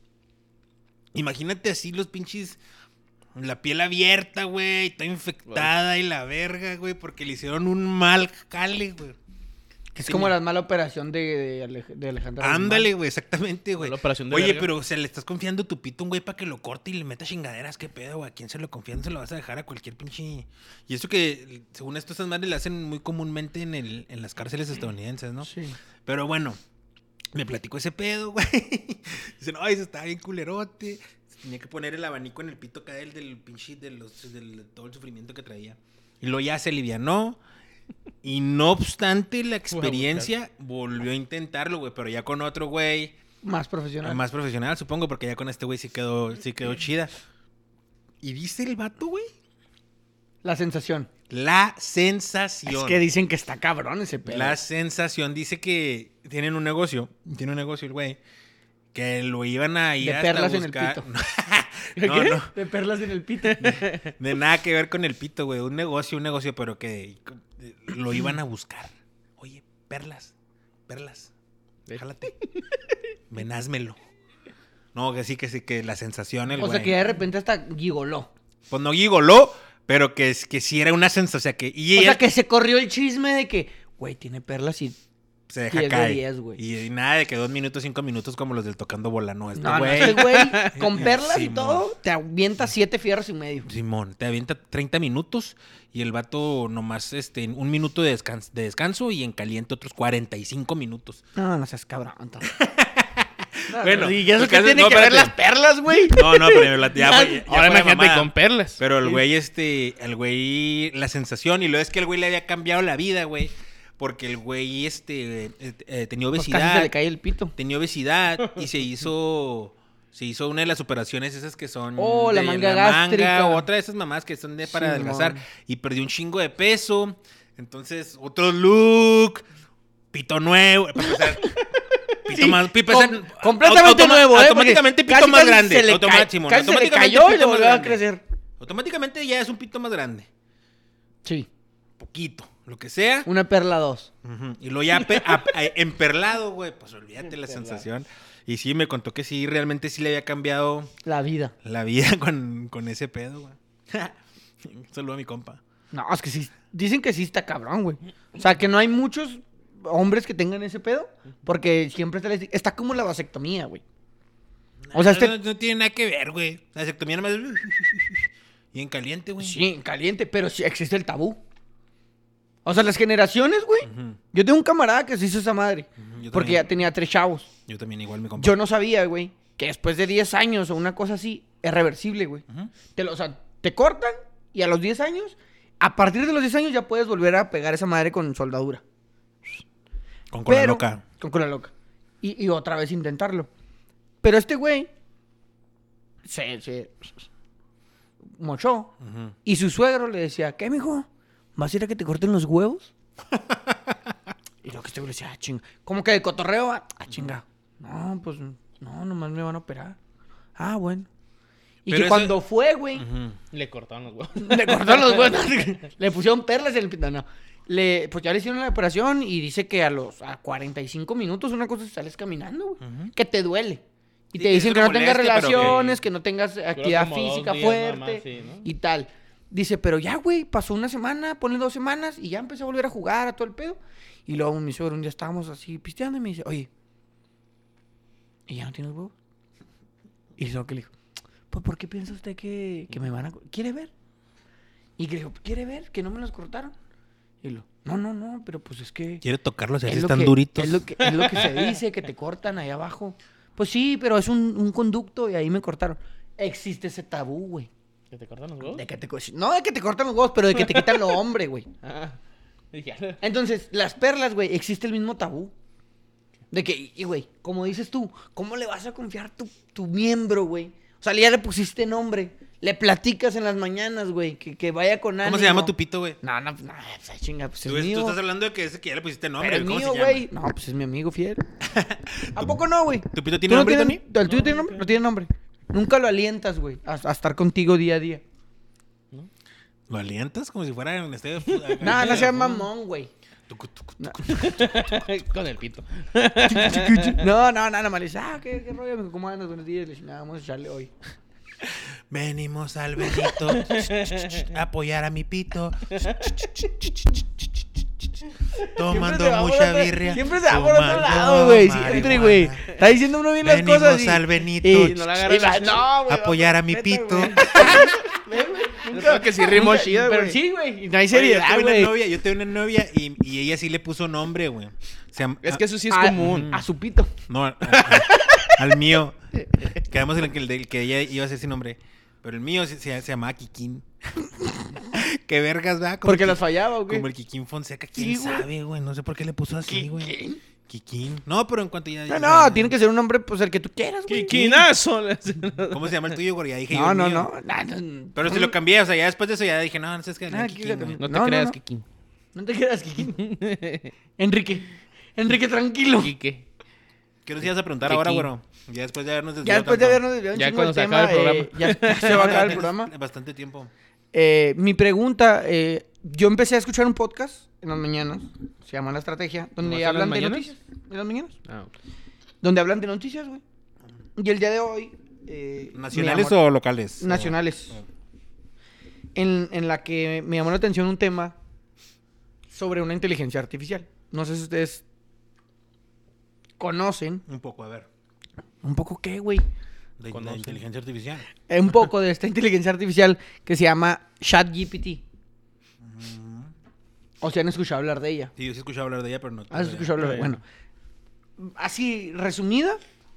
Imagínate así los pinches, la piel abierta, güey, está infectada y la verga, güey, porque le hicieron un mal jale, güey. Es Sí, como me- la mala operación de, de, Ale- de Alejandra. Ándale, güey, exactamente, güey. La operación de Oye, verga. pero, o sea, le estás confiando tu pito a un güey para que lo corte y le meta chingaderas. ¿Qué pedo, güey? ¿A quién se lo confía? No se lo vas a dejar a cualquier pinche... Y eso que, según esto, estas madres le hacen muy comúnmente en, el, en las cárceles estadounidenses, ¿no? Sí. Pero bueno, me platicó ese pedo, güey. Dice, no, eso estaba bien culerote. Tenía que poner el abanico en el pito acá del, del pinche, de los, del, todo el sufrimiento que traía. Y luego ya se alivianó. Y no obstante la experiencia, volvió a intentarlo, güey. Pero ya con otro güey, Más profesional. más profesional, supongo, porque ya con este güey sí quedó, sí quedó chida. Y dice el vato, güey, La sensación. la sensación. Es que dicen que está cabrón ese pedo. La sensación dice que tienen un negocio, tiene un negocio el güey, que lo iban a ir De hasta perlas en el buscar. pito. No, no, De perlas en el pito. de nada que ver con el pito, güey. Un negocio, un negocio, pero que lo iban a buscar. Oye, perlas, perlas, jálate. Venázmelo. No, que sí, que sí, que la sensación, el O sea güey. que de repente hasta gigoló. Pues no gigoló, pero que, es- que sí era una sensación. O sea, que... Y O ella sea que se corrió el chisme de que, güey, tiene perlas y... se deja diez de caer. diez, güey. Y, y nada de que dos minutos, cinco minutos como los del Tocando Bola. No, este No, no, güey... este güey, con perlas y Simón. todo, te avienta siete fierros y medio. Simón, te avienta treinta minutos y el vato nomás este, un minuto de, descans- de descanso y en caliente otros cuarenta y cinco minutos. No, no seas cabrón. entonces. No, Bueno, y eso el que caso- tiene no, que ver espérate. las perlas, güey. No, no, pero la, ya, fue- ya Ahora fue la imagínate mamada. con perlas. Pero el güey, este, el güey, la sensación, y luego es que el güey le había cambiado la vida, güey. Porque el güey, este, eh, eh, tenía Pues casi obesidad. se le cae el pito. Tenía obesidad y se hizo... Se hizo una de las operaciones esas que son... Oh, la de manga gástrica. otra de esas mamás que son de para Simón. adelgazar. Y perdió un chingo de peso. Entonces, otro look, pito nuevo. Para empezar, pito Sí, más. Pito, com- ese- completamente automa- nuevo, ¿eh? Automáticamente Porque pito casi, más casi grande. se le Automa- ca- Simón, casi se le automáticamente cayó y pito le más volvió a grande. crecer. Automáticamente ya es un pito más grande. Sí. Poquito. Lo que sea. Una perla dos. Ujú. Y luego ya pe- a- a- emperlado, güey. Pues olvídate la sensación. Y sí, me contó que sí, realmente sí le había cambiado La vida. la vida con, con ese pedo, güey. Saludo a mi compa. No, es que sí. Dicen que sí está cabrón, güey. O sea, que no hay muchos hombres que tengan ese pedo. Porque siempre está, está como la vasectomía, güey. O sea, este. No, no tiene nada que ver, güey. La vasectomía nomás... Y en caliente, güey. Sí, caliente, pero sí existe el tabú. O sea, las generaciones, güey. Ujú. Yo tengo un camarada que se hizo esa madre. Ujú, yo Porque también. ya tenía tres chavos. Yo también igual mi compa. Yo no sabía, güey, que después de diez años o una cosa así, es reversible, güey. Ujú. Te lo- o sea, te cortan y a los diez años, a partir de los diez años ya puedes volver a pegar esa madre con soldadura. Con cola Pero- loca. Con cola loca. Y, y otra vez intentarlo. Pero este güey se, se mochó. Ujú. Y su suegro le decía, ¿qué, mijo? ¿Vas a ir a que te corten los huevos? Y lo que este güey le decía, ah, chinga. ¿Cómo que de cotorreo? Ah, ah, chinga. No, pues, no, nomás me van a operar. Ah, bueno. Y Pero que eso- cuando fue, güey, Ujú. Le cortaron los huevos. le cortaron los huevos. Le pusieron perlas en el pito. No. Le, pues ya le hicieron la operación y dice que a los a cuarenta y cinco minutos una cosa sales caminando, güey. Ujú. Que te duele. Y Sí, te que dicen es que no tengas molestia, pero que- relaciones, que no tengas actividad como dos física días fuerte nada más, sí, ¿no? y tal. Dice, pero ya, güey, pasó una semana, ponle dos semanas y ya empecé a volver a jugar a todo el pedo. Y luego mi suegro un día estábamos así pisteando y me dice, oye, ¿y ya no tienes huevos? Y luego que le dijo, pues ¿por qué piensa usted que, que me van a... co- ¿Quiere ver? Y que le dijo, ¿quiere ver? Que no me los cortaron. Y lo, no, no, no, pero pues es que... Quiere tocarlos, a ver si Es lo, están que, duritos. es, lo que, es lo que se dice, que te cortan ahí abajo. Pues sí, pero es un, un conducto y ahí me cortaron. Existe ese tabú, güey. ¿Que te cortaron los huevos? De que te, co- no de que te cortan los huevos, pero de que te quitan lo hombre, güey. Ah. Dije, ah, Entonces, las perlas, güey, existe el mismo tabú. De que, y güey, como dices tú, ¿cómo le vas a confiar tu, tu miembro, güey? O sea, ya le pusiste nombre. Le platicas en las mañanas, güey, que, que vaya con ánimo. ¿Cómo se llama tu pito, güey? No, no, no, esa chinga, pues es Tú, tú mío. estás hablando de que ese que ya le pusiste nombre. Pero es ¿cómo mío, se llama? güey. No, pues es mi amigo fiel. ¿A poco no, güey? ¿Tu pito ¿Tú tiene no nombre, tienes- Tony? ¿El tuyo tiene nombre? No tiene nombre. Nunca lo alientas, güey, a, a estar contigo día a día. ¿Lo alientas como si fuera en el estadio de fútbol? No, no seas mamón, güey. Tucu, tucu, No. con el pito. No, no, nada más le dice, ah, ¿qué, qué rollo? Me dijo, ¿cómo andas? Buenos días. Le dije, nada, vamos a echarle hoy. Venimos al Benito a apoyar a mi pito. Tomando Siempre se va por mucha otro- birria. Siempre se va por otro fumando lado, güey. Siempre, marihuana. güey. Está diciendo uno bien las Venimos cosas. y- al Benito. y- No la agarras. y va- no, güey. Apoyar a mi neta, pito. güey. Ve, güey, nunca- Creo que sí rimó nunca- chida, Pero güey. sí, güey. Y no hay Oye, yo seriedad, tuve una güey. novia, yo tuve una novia y, y ella sí le puso nombre, güey. Se llama- Es que eso sí es A- común. A su pito. No, a- a- al mío. Quedamos en el que, el del que ella iba a ser sin nombre. Pero el mío se, se, se llamaba Kikín. Qué vergas, ¿verdad? Como Porque Ki- las fallaba, güey. Como el Kikín Fonseca. ¿Quién Sí, güey. sabe, güey? No sé por qué le puso así, güey. ¿Quién? Kikín. No, pero en cuanto ya... No, no, tiene que ser un nombre, pues el que tú quieras, güey. Quiquinazo. ¿Cómo se llama el tuyo, güey? Ya dije yo No, el no, mío. no. Nah, no, Pero no, si lo cambié, o sea, ya después de eso ya dije, no, no sé, es que... Ah, Kikín, aquí lo güey. cambié. No te No, no, creas, no. Kikín. No te creas, Kikín. Enrique. Enrique, tranquilo. Quique. ¿Qué nos ibas a preguntar Kikín. ahora, güero? Ya después de habernos Ya desviado después de tanto. habernos desviado un Ya chingo cuando del se acabe tema, el eh, ya, ya se va a acabar el programa. Bastante tiempo. Eh, mi pregunta, eh, yo empecé a escuchar un podcast en las mañanas, se llama La Estrategia, donde ¿Nomás en hablan las de mañanas? noticias. En las mañanas. Ah, ok. Donde hablan de noticias, güey. Y el día de hoy... eh, me ¿Nacionales llamó- o locales? Nacionales. O- En, en la que me llamó la atención un tema sobre una inteligencia artificial. No sé si ustedes conocen Un poco, a ver. un poco qué, güey. De, de Conocen. inteligencia artificial. Eh, Un poco de esta inteligencia artificial que se llama ChatGPT. O si han escuchado hablar de ella. Sí, yo sí he escuchado hablar de ella, pero no... ¿Has escuchado hablar de Todavía Bueno, así resumida,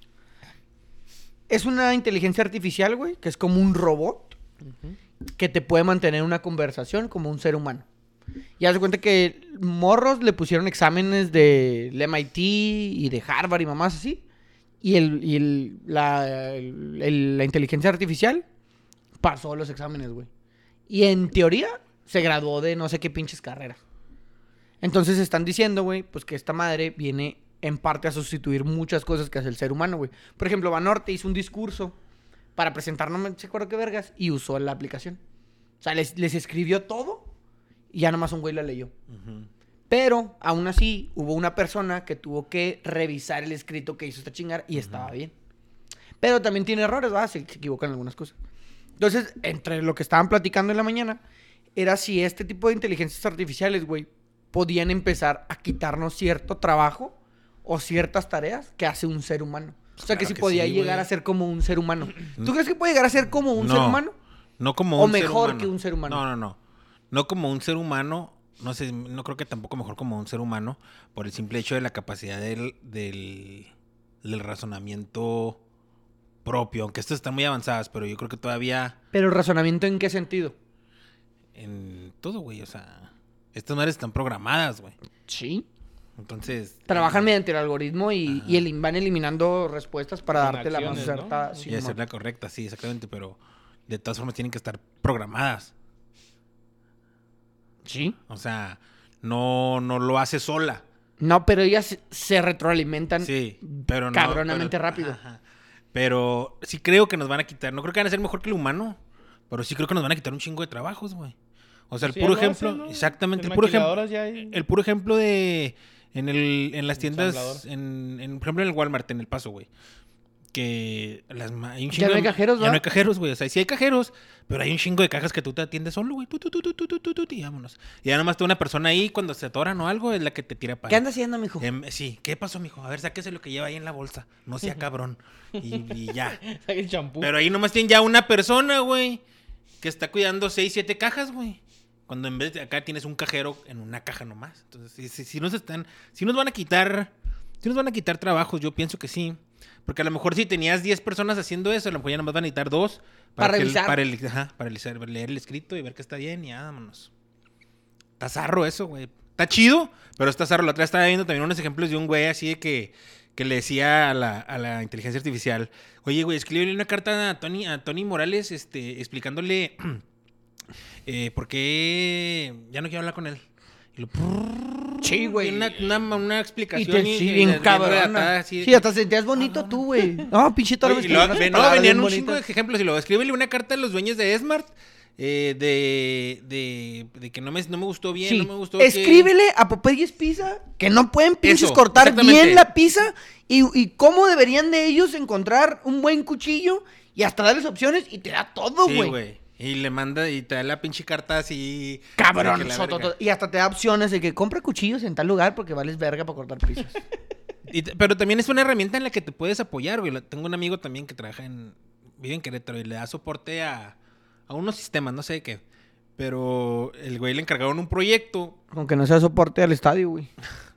es una inteligencia artificial, güey, que es como un robot que te puede mantener una conversación como un ser humano. Y haz de cuenta que morros le pusieron exámenes del M I T y de Harvard y mamás así. Y, el, y el- la, el- el- la inteligencia artificial pasó los exámenes, güey. Y en teoría se graduó de no sé qué pinches carreras. Entonces están diciendo, güey, pues que esta madre viene en parte a sustituir muchas cosas que hace el ser humano, güey. Por ejemplo, Banorte hizo un discurso para presentar, no me acuerdo qué vergas, y usó la aplicación. O sea, les, les escribió todo y ya nomás un güey la leyó. Ujú. Pero, aún así, hubo una persona que tuvo que revisar el escrito que hizo esta chingada y estaba bien. Pero también tiene errores, ¿verdad? Se, se equivocan en algunas cosas. Entonces, entre lo que estaban platicando en la mañana, era si este tipo de inteligencias artificiales, güey, podían empezar a quitarnos cierto trabajo o ciertas tareas que hace un ser humano. O sea, Claro que si que podía sí, llegar güey. a ser como un ser humano. ¿Tú crees que puede llegar a ser como un No. ser humano? No como O un ser mejor humano. que un ser humano. No, no, no. No como un ser humano. No sé, no creo que tampoco mejor como un ser humano. Por el simple hecho de la capacidad del, del, del razonamiento propio. Aunque estas están muy avanzadas, pero yo creo que todavía Pero razonamiento, ¿en qué sentido? en todo, güey. O sea, estas madres están programadas, güey. Sí. Entonces. Trabajan eh, mediante el algoritmo y, Ajá. y el- van eliminando respuestas para Con darte la más acciones, ¿no? acertada. Y Sí, Y mon. hacerla correcta, sí, exactamente. Pero de todas formas tienen que estar programadas. Sí. O sea, no, no lo hace sola. No, pero ellas se retroalimentan Sí, pero no. cabronamente pero- rápido. ajá. Pero sí creo que nos van a quitar. No creo que van a ser mejor que el humano. Pero sí creo que nos van a quitar un chingo de trabajos, güey. O sea, el Sí, puro ya lo ejemplo. hacen, ¿no? Exactamente. En El puro ejemplo. maquiladoras ya hay- El puro ejemplo de. En, el, en las tiendas. Ensamblador. En, en, por ejemplo, en el Walmart, en El Paso, güey. Que las, ma- hay un Ya chingo no hay de- cajeros, Ya ¿va? no hay cajeros, güey. O sea, sí hay cajeros, pero hay un chingo de cajas que tú te atiendes solo, güey. Tu, tu, tu, tu, tu, tu, tu, tu, y vámonos. Y ya nomás está una persona ahí cuando se atoran o algo, es la que te tira para. ¿Qué anda haciendo, mijo? Em, sí, ¿qué pasó, mijo? A ver, sáquese lo que lleva ahí en la bolsa. No sea cabrón. Y, y ya. el champú. Pero ahí nomás tienen ya una persona, güey, que está cuidando seis, siete cajas, güey. Cuando en vez de acá tienes un cajero en una caja nomás. Entonces, si, si, si nos están, si nos van a quitar, si nos van a quitar trabajos, yo pienso que sí. Porque a lo mejor si tenías diez personas haciendo eso, a lo mejor ya nomás van a necesitar dos. Para que el- revisar. para, el, ajá, para el- leer el escrito y ver que está bien y ya, vámonos. Está zarro eso, güey. Está chido, pero está zarro. La otra vez estaba viendo también unos ejemplos de un güey así de que, que le decía a la, a la inteligencia artificial, oye, güey, escríbele una carta a Tony, a Tony Morales este, explicándole eh, por qué ya no quiero hablar con él. Y lo, Sí, güey. Una, una, una Y explicación. te y- sí, y- bien bien cabrona. redactada, así de Sí, que- hasta sentías bonito tú, güey. No, pinche toro. Oye, y luego, ve- no, venían un chingo de ejemplos y luego escríbele una carta a los dueños de Smart eh, de, de, de que no me, no me gustó bien, Sí. no me gustó que- Escríbele a Popeyes Pizza que no pueden pinches Eso, cortar exactamente. bien la pizza y, y cómo deberían de ellos encontrar un buen cuchillo y hasta darles opciones y te da todo, Sí, güey. güey. Y le manda y te da la pinche carta así. Cabrón, de que la soto, verga. todo. Y hasta te da opciones de que compra cuchillos en tal lugar porque vales verga para cortar pizzas. Y te- pero también es una herramienta en la que te puedes apoyar, güey. La- Tengo un amigo también que trabaja en. Vive en Querétaro y le da soporte a, a unos sistemas, no sé de qué. Pero el güey le encargaron un proyecto. Aunque no sea soporte al estadio, güey.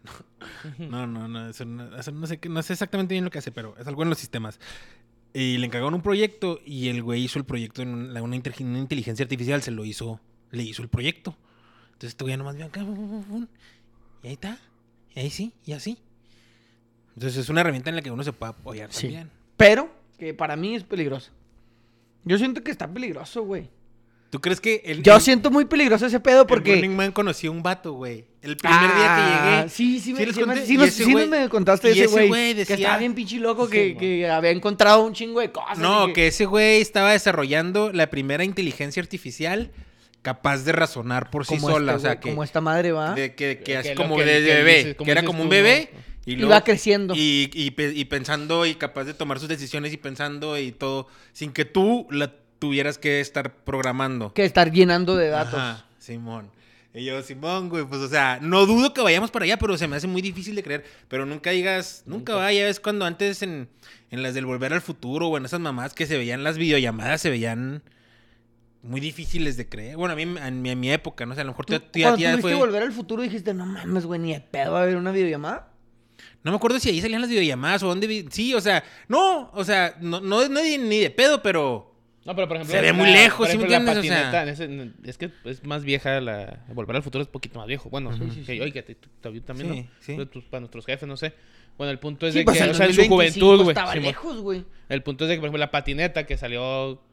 No, no, no, eso no, eso no sé qué, no sé exactamente bien lo que hace, pero es algo en los sistemas. Y le encargaron un proyecto y el güey hizo el proyecto en una, una intelig- una inteligencia artificial, se lo hizo, le hizo el proyecto. Entonces tú ya nomás vio acá, bum, bum, bum, y ahí está, y ahí sí, y así. Entonces es una herramienta en la que uno se puede apoyar Sí. también. Pero que para mí es peligroso. Yo siento que está peligroso, güey. ¿Tú crees que el, Yo el- siento muy peligroso ese pedo el porque... Burning Man conoció un vato, güey? El primer Ah, día que llegué. Sí, sí, me, les sí, me- conté? sí Y nos, ese sí güey- me contaste y de ese ese güey. decía- Que estaba bien pinche loco, Sí, que, mo. que había encontrado un chingo de cosas. No, y que ese güey estaba desarrollando la primera inteligencia artificial capaz de razonar por sí como sola. este o sea, güey, que, como esta madre va. de- que, que Que así lo como que- de que bebé, dices, como que era dices como un tú, bebé. ¿no? Y Y luego- va creciendo. Y, y, pe- y pensando y capaz de tomar sus decisiones y pensando y todo, sin que tú la tuvieras que estar programando. Que estar llenando de datos. Ajá, Simón. Y yo, Simón, güey, pues, o sea, no dudo que vayamos para allá, pero se me hace muy difícil de creer. Pero nunca digas, nunca, Nunca. vaya. Es cuando antes en, en las del Volver al Futuro o en esas mamás que se veían las videollamadas, se veían muy difíciles de creer. Bueno, a mí, en mi, en mi época, no sé, a lo mejor tú, Tú, tú ya, cuando ya tuviste fue... volver al futuro dijiste, no mames, güey, ni de pedo va a haber una videollamada. No me acuerdo si ahí salían las videollamadas o dónde... vi- Sí, o sea, no, o sea, no, no, no ni ni de pedo, pero... No, pero por ejemplo... Se ve la- muy lejos, por ¿sí me ejemplo, la entiendes? O sea- patineta, en ese- es que es más vieja la... Volver al futuro es un poquito más viejo. Bueno, Ujú. sí, sí, sí. Oye, que te- tú- tú también, Sí, ¿no? sí. Pero tus- para nuestros jefes, no sé. Bueno, el punto es Sí, de pues que... en O sea, en dos su mil veinticinco juventud, güey. estaba Simón. lejos, güey. El punto es de que, por ejemplo, la patineta que salió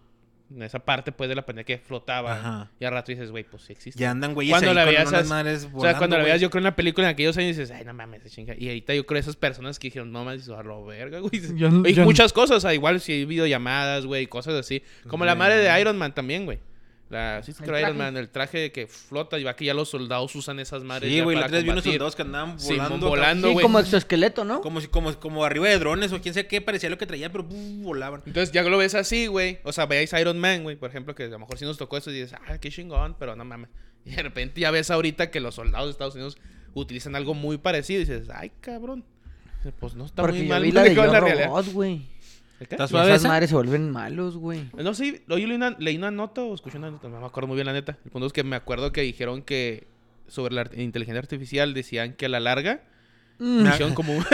En esa parte, pues, de la pandemia que flotaba. Ajá. Y al rato dices, güey, pues sí existe. Ya andan güeyes Cuando ahí la con veías, unas as- madres O sea, volando, cuando la güey. veías, yo creo en la película en aquellos años dices, ay, no mames, se chinga. Y ahorita yo creo esas personas que dijeron, no mames, a lo verga, güey. Yo- y yo- muchas cosas, o sea, igual si hay videollamadas, güey, cosas así. Como la madre de Iron Man también, güey. La, sí, El creo Iron traje. Man, el traje que flota y va que ya los soldados usan esas madres. Sí, ya güey, la para otra vez vi unos combatir. soldados que andaban Sí, volando. volando, Sí, güey. como exoesqueleto, ¿no? Como, si, como, como arriba de drones o quién sé qué, parecía lo que traían, pero uh, volaban. Entonces ya lo ves así, güey. O sea, veáis Iron Man, güey, por ejemplo, que a lo mejor sí nos tocó eso y dices, ah, qué chingón, pero no mames. Y de repente ya ves ahorita que los soldados de Estados Unidos utilizan algo muy parecido y dices, ay, cabrón. Pues no está Porque muy yo mal vi la de con Yo la realidad. Robot, güey. ¿De qué? ¿Estás Y suave esas esa? madres se vuelven malos, güey. No, sí, yo leí una, leí una nota o escuché una nota, no me acuerdo muy bien la neta. El punto es que me acuerdo que dijeron que sobre la art- inteligencia artificial decían que a la larga Mm. hicieron como un-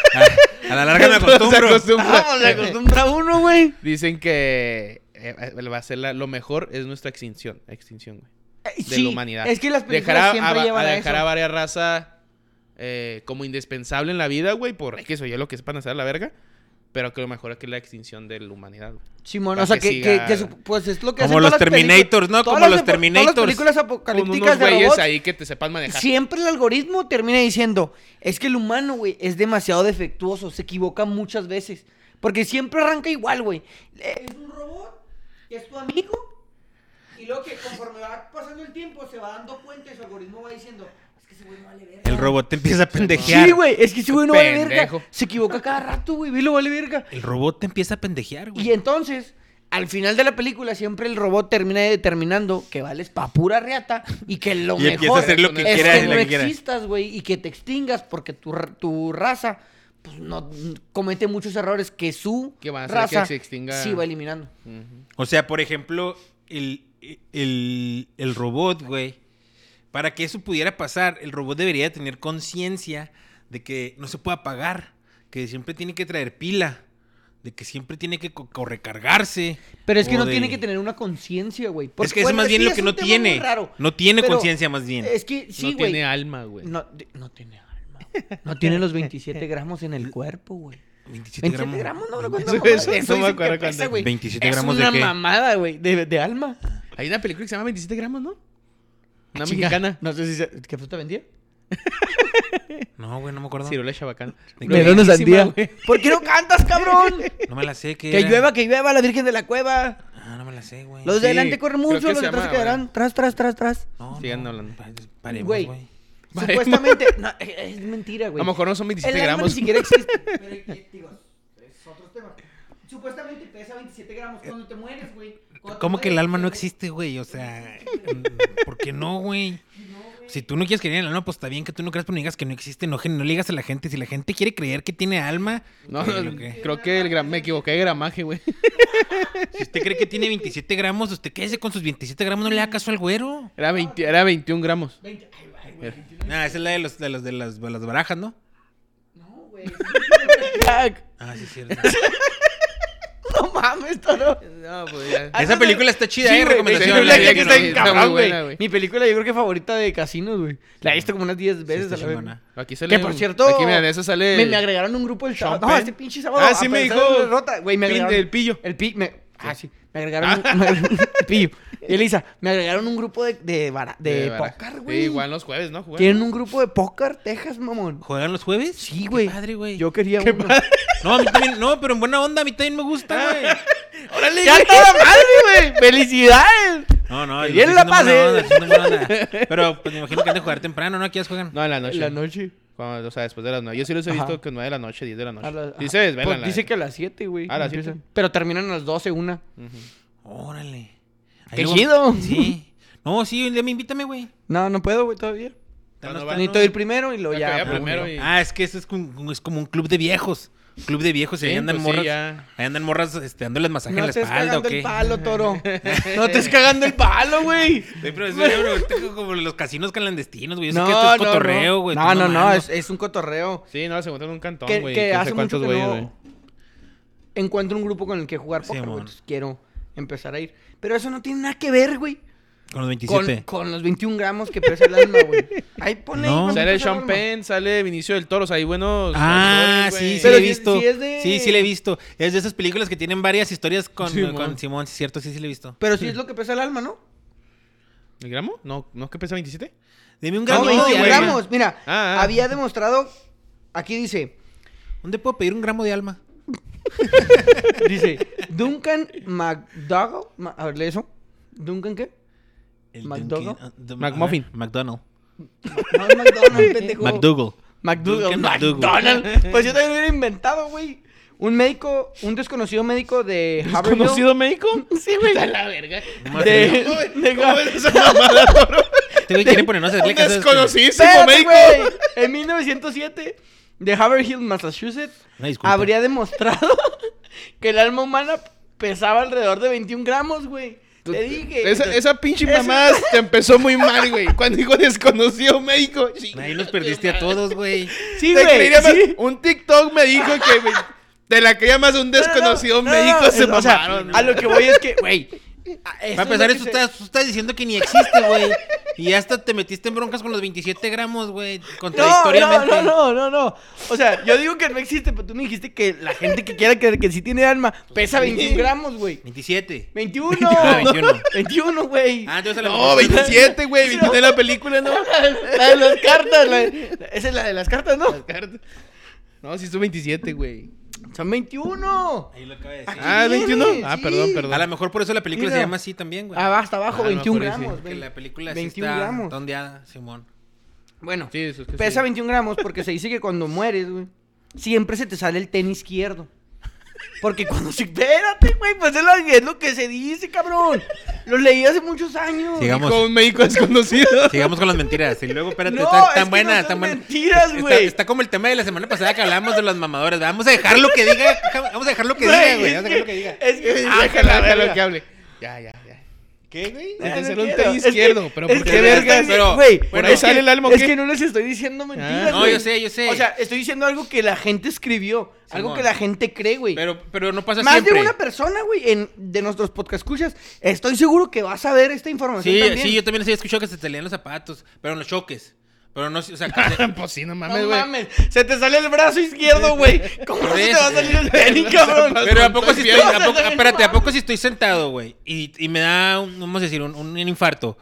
A la larga me acostumbro. Se acostumbra. Ah, se acostumbra uno, güey. Dicen que eh, eh, va a ser la- lo mejor es nuestra extinción, extinción, güey. Eh, De sí, la humanidad. Es que las películas Dejar a, siempre a- llevan a a, dejar eso. a varias razas eh, como indispensable en la vida, güey, por X o Y lo que sepan hacer a la verga. Pero que lo mejor es que la extinción de la humanidad, güey. Simón, para o sea, que que, que, siga- que su- pues es lo que Como hacen los todas las películas- Terminators, ¿no? todas Como las los epo- Todas Terminators. las películas Con apocalípticas unos de güeyes robots, ahí que te sepan manejar. siempre el algoritmo termina diciendo, es que el humano, güey, es demasiado defectuoso, se equivoca muchas veces. Porque siempre arranca igual, güey. Es un robot, que es tu amigo, y luego que conforme va pasando el tiempo se va dando cuenta y su algoritmo va diciendo, es que ese güey no vale verga. El robot te empieza a pendejear. Sí, güey, es que ese güey no vale verga. Pendejo. Se equivoca cada rato, güey, velo vale verga. El robot te empieza a pendejear, güey. Y entonces, al final de la película, siempre el robot termina determinando que vales pa' pura reata y que lo Y empieza mejor a hacer lo que es quiera que y lo no que quiera. existas, güey, y que te extingas porque tu, ra- tu raza pues, no comete muchos errores que su Que van a hacer raza que se extinga. sí va eliminando. Ujú. O sea, por ejemplo, el, el, el robot, güey, para que eso pudiera pasar, el robot debería tener conciencia de que no se puede apagar, que siempre tiene que traer pila, de que siempre tiene que co- co- recargarse. Pero es que o no de- tiene que tener una conciencia, güey. Es Porque, que es bueno, más bien sí, lo es que un no tema tiene. muy raro, No tiene pero conciencia más bien. Es que sí, no güey. tiene alma, güey. No, de- no tiene alma. No tiene los veintisiete gramos en el cuerpo, güey. veintisiete, veintisiete gramos, no, no, Eso- no, eso- eso no me dicen que acuerdo pesa, cuánto. güey. veintisiete Es gramos de una qué? mamada, güey, de, de alma. Hay una película que se llama veintisiete gramos, ¿no? Una Chinga, mexicana. No sé si se... ¿Qué fruta vendía? No, güey, no me acuerdo. Ciruela chabacana. ¿De qué? Melón o Buenísima, sandía. güey. ¿Por qué no cantas, cabrón? No me la sé. ¿Qué Que era? llueva, que llueva la Virgen de la Cueva. Ah, no me la sé, güey. Los de Sí, adelante corren creo mucho, que los se de atrás llama, se quedarán. Tras, tras, tras, tras. No, Sigan no, hablando. pa- Paremos, Güey. güey. Supuestamente... No, es es mentira, A güey. lo mejor no son El veintisiete alma gramos. ni siquiera existe. Pero, eh, digo, es otro tema. Supuestamente pesa veintisiete gramos cuando te mueres, güey. Cuando te ¿Cómo que el mueres, alma no güey. existe, güey? O sea, ¿por qué no, güey? Si tú no quieres creer en el alma, pues está bien que tú no creas, pero no digas que no existe. No, no le digas a la gente. Si la gente quiere creer que tiene alma, No, eh, no, lo que- creo que el gra- me equivoqué de gramaje, güey. si usted cree que tiene veintisiete gramos, usted quédese con sus veintisiete gramos, no le haga caso al güero. Era, veinte, era veintiún gramos. veinte Ay, ay, güey. Ah, esa es la de, los, de, los, de, las, de las barajas, ¿no? No, güey. Jack. Ah, sí, es cierto. No mames, todo. No, pues ya. Esa película está chida, Sí, ¿eh? güey, Recomendación. mi la película vi, que no, está bien está muy cabrón, buena, güey. güey. Mi película yo creo que favorita de casinos, güey. La he visto como unas diez veces está a la vez. chingona. Aquí sale Que por un- cierto, Aquí, mira, en eso sale. me, me agregaron un grupo el Sean sábado. No, Penn. este pinche sábado. Ah, sí me a pesar dijo de la Rota, güey, me Pin agregaron. del pillo. El pi, me, ah, sí. Me agregaron un, me agregaron- el pillo. Y Elisa, me agregaron un grupo de, de, bara- de, bara- póker, Sí, güey. igual los jueves, ¿no? Jugar. Tienen un grupo de póker, Texas, mamón. ¿Juegan los jueves? Sí, Qué güey. padre, güey. Yo quería uno. No, a mí también, no, pero en buena onda, a mí también me gusta, güey. ¡Órale! ¡Ya toda madre, güey! ¡Felicidades! No, no, Que yo bien estoy la haciendo buena pase. onda, estoy haciendo buena onda. Pero pues me imagino que han de jugar temprano, ¿no? ¿A qué horas juegan? No, en la noche. En la noche. Cuando- o sea, después de las nueve. Yo sí los he Ajá. visto que nueve de la noche, diez de la noche. A la- Sí ajá. se desvelan, Pues la dice neta. que a las siete, güey. Ah, a las empiezan. siete. Pero terminan a las doce, una. Ujú. Órale. Ahí ¡Qué luego- chido! Sí. No, sí, un día me invítame, güey. No, no puedo, güey, todavía. Cuando Está- va- Necesito ir primero y luego Ya ya. que vaya pues, primero güey. y- Ah, es que eso es como, es como un club de viejos. Club de viejos, y ahí Sí, andan pues sí, morras. ya. Ahí andan morras este, dándoles masaje No en la estés espalda o cagando qué. el palo, toro. No estés cagando el palo, güey. Sí, pero eso es ahorita como los casinos clandestinos, güey. Yo sé No, que esto es no, cotorreo, no. güey. No, estoy no, no, mamando. es, es un cotorreo. Sí, no, se encuentran en un cantón, Que, güey. que quién sabe hace mucho cuántos que güeyes, no güey. encuentro un grupo con el que jugar Sí, póker, güey. mon. Entonces quiero empezar a ir. Pero eso no tiene nada que ver, güey. Con los Con, veintisiete. con los veintiún gramos que pesa el alma, güey. Ahí ponle. No. ahí cuánto Sale pesa el Sean alma. Penn, sale Vinicio del Toro, o sea, hay buenos Ah, actores, sí, güey. sí Pero le he si- visto. si es de- Sí, sí le he visto. Es de esas películas que tienen varias historias con Simón. Simón, con Simón sí, cierto, sí, sí le he visto. Pero sí es lo que pesa el alma, ¿no? ¿El gramo? No, ¿no es que pesa veintisiete? Dime un No, gramo. veintiún güey. gramos. Mira, Ah, ah. había demostrado. Aquí dice. ¿Dónde puedo pedir un gramo de alma? Dice. Duncan McDougall. Ma- A ver, lee eso. ¿Duncan qué? El McDougal. Dunkin', ah, the- McMuffin. ajá, McDonald. No es McDonald's, pendejo. McDougal. McDougall. Duncan McDougal. McDonald's. Pues yo también hubiera inventado, güey. Un médico, un desconocido médico de Haverhill. ¿Conocido médico? Sí, güey. A la verga. ¿Cómo De, te- de, ¿Cómo ves esa mamada, Toro? Este güey quiere ponernos a hacerle Un caso a este- desconocidísimo Espérate, médico. güey. En mil novecientos siete, de Haverhill, Massachusetts, Una disculpa. habría demostrado que el alma humana pesaba alrededor de veintiún gramos, güey. Te dije. Esa, esa pinche Ese- mamada te empezó muy mal, güey. Cuando dijo desconocido médico. Ahí los perdiste a todos, güey. Sí, Te güey. creería más- sí. Un TikTok me dijo que me- te la creía más un desconocido No, no, médico. no, se es- o sea, mamaron. a lo que voy es que, güey. a- eso Para es empezar, lo eso que se- estás, tú estás diciendo que ni existe, güey. Y hasta te metiste en broncas con los veintisiete gramos, güey. No, no, Contradictoriamente. no, no, no, no. O sea, yo digo que no existe, pero tú me dijiste que la gente que quiera creer que sí tiene alma pesa veintiún gramos, güey. veintisiete. veintiuno. Ah, veintiuno. veintiuno, güey. Ah, entonces la No, veintisiete, güey. veintiuno de la película, ¿no? La de las cartas, la- esa es la de las cartas, ¿no? No, sí, son veintisiete, güey. Son veintiuno. Ahí lo acaba de decir. Aquí Ah, viene, veintiuno. Ah, sí. perdón, perdón. A lo mejor por eso la película Mira. se llama así también, güey. Ah, va hasta abajo, Ah, a lo veintiún mejor ahí sí. gramos. Que ve- la película sí veintiún está gramos. dondeada, Simón. Bueno, Sí, eso es que pesa sí. veintiún gramos porque se dice que cuando mueres, güey, siempre se te sale el tenis izquierdo. Porque cuando se... Espérate, güey, pues es lo, es lo que se dice, cabrón. Lo leí hace muchos años. Sigamos. Con un médico desconocido. Sigamos con las mentiras. Y luego, espérate, No, está es tan que buena, no son tan buena. mentiras, Está- güey. Está, como el tema de la semana pasada que hablamos de los mamadores. Vamos a dejar lo que diga. Vamos a dejar lo que Güey, diga, güey. es Vamos a que- dejar lo que diga. Es que... Ah, déjalo, déjalo que hable. Ya, ya, ya. ¿Qué, güey? No, Hay que no hacer un quiero. tenis Es que- izquierdo. ¿Pero es por que qué no vergas? estoy- Pero- güey, bueno, es ahí sale que- el alma, ¿o Es qué? que no les estoy diciendo mentiras, No, güey. yo sé, yo sé. O sea, estoy diciendo algo que la gente escribió. Algo Simón. que la gente cree, güey. Pero, pero no pasa Más siempre. de una persona, güey, en, de nuestros podcast escuchas, estoy seguro que vas a ver esta información Sí, también. sí, yo también sí he escuchado que se te leían los zapatos, pero en los choques. Pero no, o sea, que- Pues sí, no No mames, güey. mames, se te sale el brazo izquierdo, güey. ¿Cómo no Por se te eso. va a salir el tenis, cabrón? pero a poco si estoy, piernas. a poco, espérate, a poco si estoy sentado, güey, y, y me da, un- vamos a decir, un, un infarto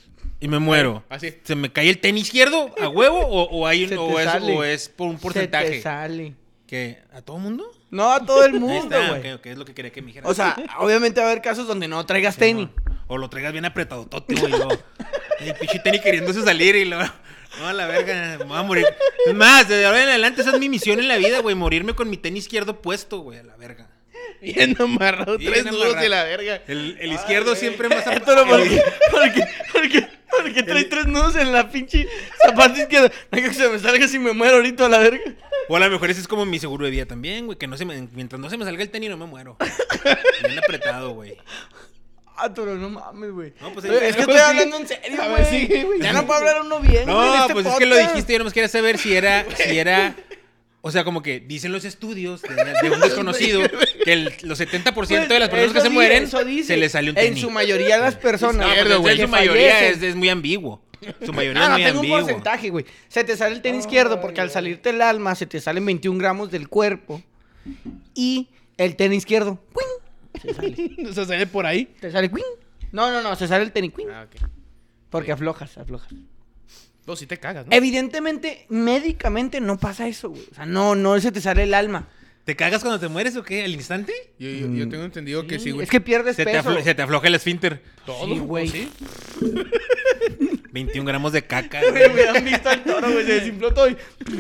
y me muero. Así. ¿Se me cae el tenis izquierdo a huevo o, o hay un- Se te o, es, sale. o es por un Se te porcentaje? sale. ¿Que a todo mundo? No a todo el Ahí mundo, está, güey. ok, ok, es lo que quería que me dijera. O sea, obviamente va a haber casos donde no traigas tenis. O lo traigas bien apretado, tote, güey. luego, El pinche tenis queriéndose salir y luego. No, a la verga, me voy a morir. Es más, desde ahora en adelante, esa es mi misión en la vida, güey. Morirme con mi tenis izquierdo puesto, güey, a la verga. Bien amarrado, Bien tres nudos amarrado. de la verga. El, el izquierdo siempre más Esto no, ¿por el- qué? ¿Por qué? ¿Por qué? ¿Por qué trae tres nudos en la pinche zapato izquierdo? No que se me salga si me muero ahorita a la verga. O a lo mejor ese es como mi seguro de vida también, güey. Que no se me, mientras no se me salga el tenis, no me muero. Bien apretado, güey. Ah, pero no mames, güey. No, pues, es que eh, estoy pues, hablando sí. en serio, A ver, güey. sigue, güey. Ya no puedo hablar uno bien, güey, en No, este pues es que lo podcast. dijiste, yo nomás quería saber si era, si era, o sea, como que dicen los estudios de, de un desconocido que el, los setenta por ciento de las Pues, personas que eso se dice, mueren eso dice. se les sale un En tenis. su mayoría las personas. No, Izquierdo, pues, güey. en su que mayoría fallecen. es, es muy ambiguo. Su mayoría No, es no, muy tengo un ambiguo. porcentaje, güey. Se te sale el tenis izquierdo porque al salirte el alma se te salen veintiún gramos del cuerpo. Y el tenis izquierdo, ¡cuing! Se sale. O sea, sale por ahí. Te sale ¡cuing! No, no, no, se sale el tenis ¡cuing! Ah, ok. Porque aflojas, aflojas. No, sí te cagas, ¿no? Evidentemente, médicamente no pasa eso, güey. O sea, no, no se te sale el alma. ¿Te cagas cuando te mueres o qué? ¿Al instante? Yo, yo, yo tengo entendido que sí, güey. Es que pierdes Se te, peso. aflo- se te afloja el esfínter. Todo, Sí, güey. ¿sí? veintiún gramos de caca. Me güey. hubieran visto al toro, güey. Se desinfló todo. y-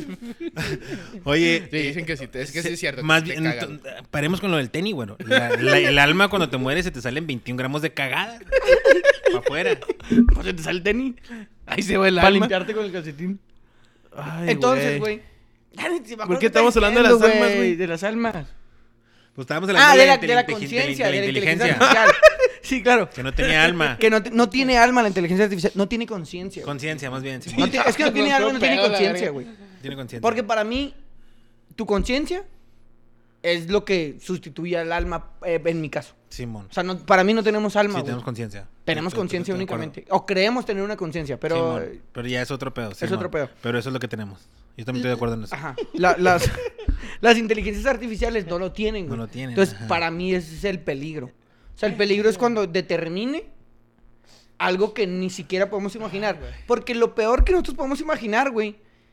Oye, Sí, dicen que sí. te- Es que sí es cierto. más te bien, cagas. ent- paremos con lo del tenis, bueno. La- la- el alma cuando te mueres se te salen veintiún gramos de cagada. Para afuera. Pues se te sale el tenis. Ahí se va el Para alma. limpiarte con el calcetín. Ay, Entonces, güey. ya ni se me ¿Por acuerdo qué estamos estaba hablando de las diciendo, almas, güey? De las almas. Pues estábamos hablando Ah, de la, inte- de la inte- conciencia, de de la la inteligencia. inteligencia artificial. Sí, claro. Que no tenía alma. Que no, te- no tiene alma la inteligencia artificial. No tiene conciencia. güey. Conciencia, más bien. sí. No tiene- es que no tiene Otro alma, no tiene pedo, la conciencia, verga. güey. Tiene conciencia. Porque para mí, tu conciencia es lo que sustituye al alma eh, en mi caso. Simón. O sea, no, para mí no tenemos alma, Sí, güey. tenemos conciencia. Tenemos Estoy- conciencia estoy de acuerdo. únicamente. O creemos tener una conciencia, pero... Simón, pero ya es otro pedo. es Simón. otro pedo. Pero eso es lo que tenemos. Yo también estoy de acuerdo en eso. Ajá. La- las, las inteligencias artificiales no lo tienen, güey. No lo tienen, Entonces, ajá. para mí ese es el peligro. O sea, el peligro es cuando determine algo que ni siquiera podemos imaginar. Porque lo peor que nosotros podemos imaginar, güey,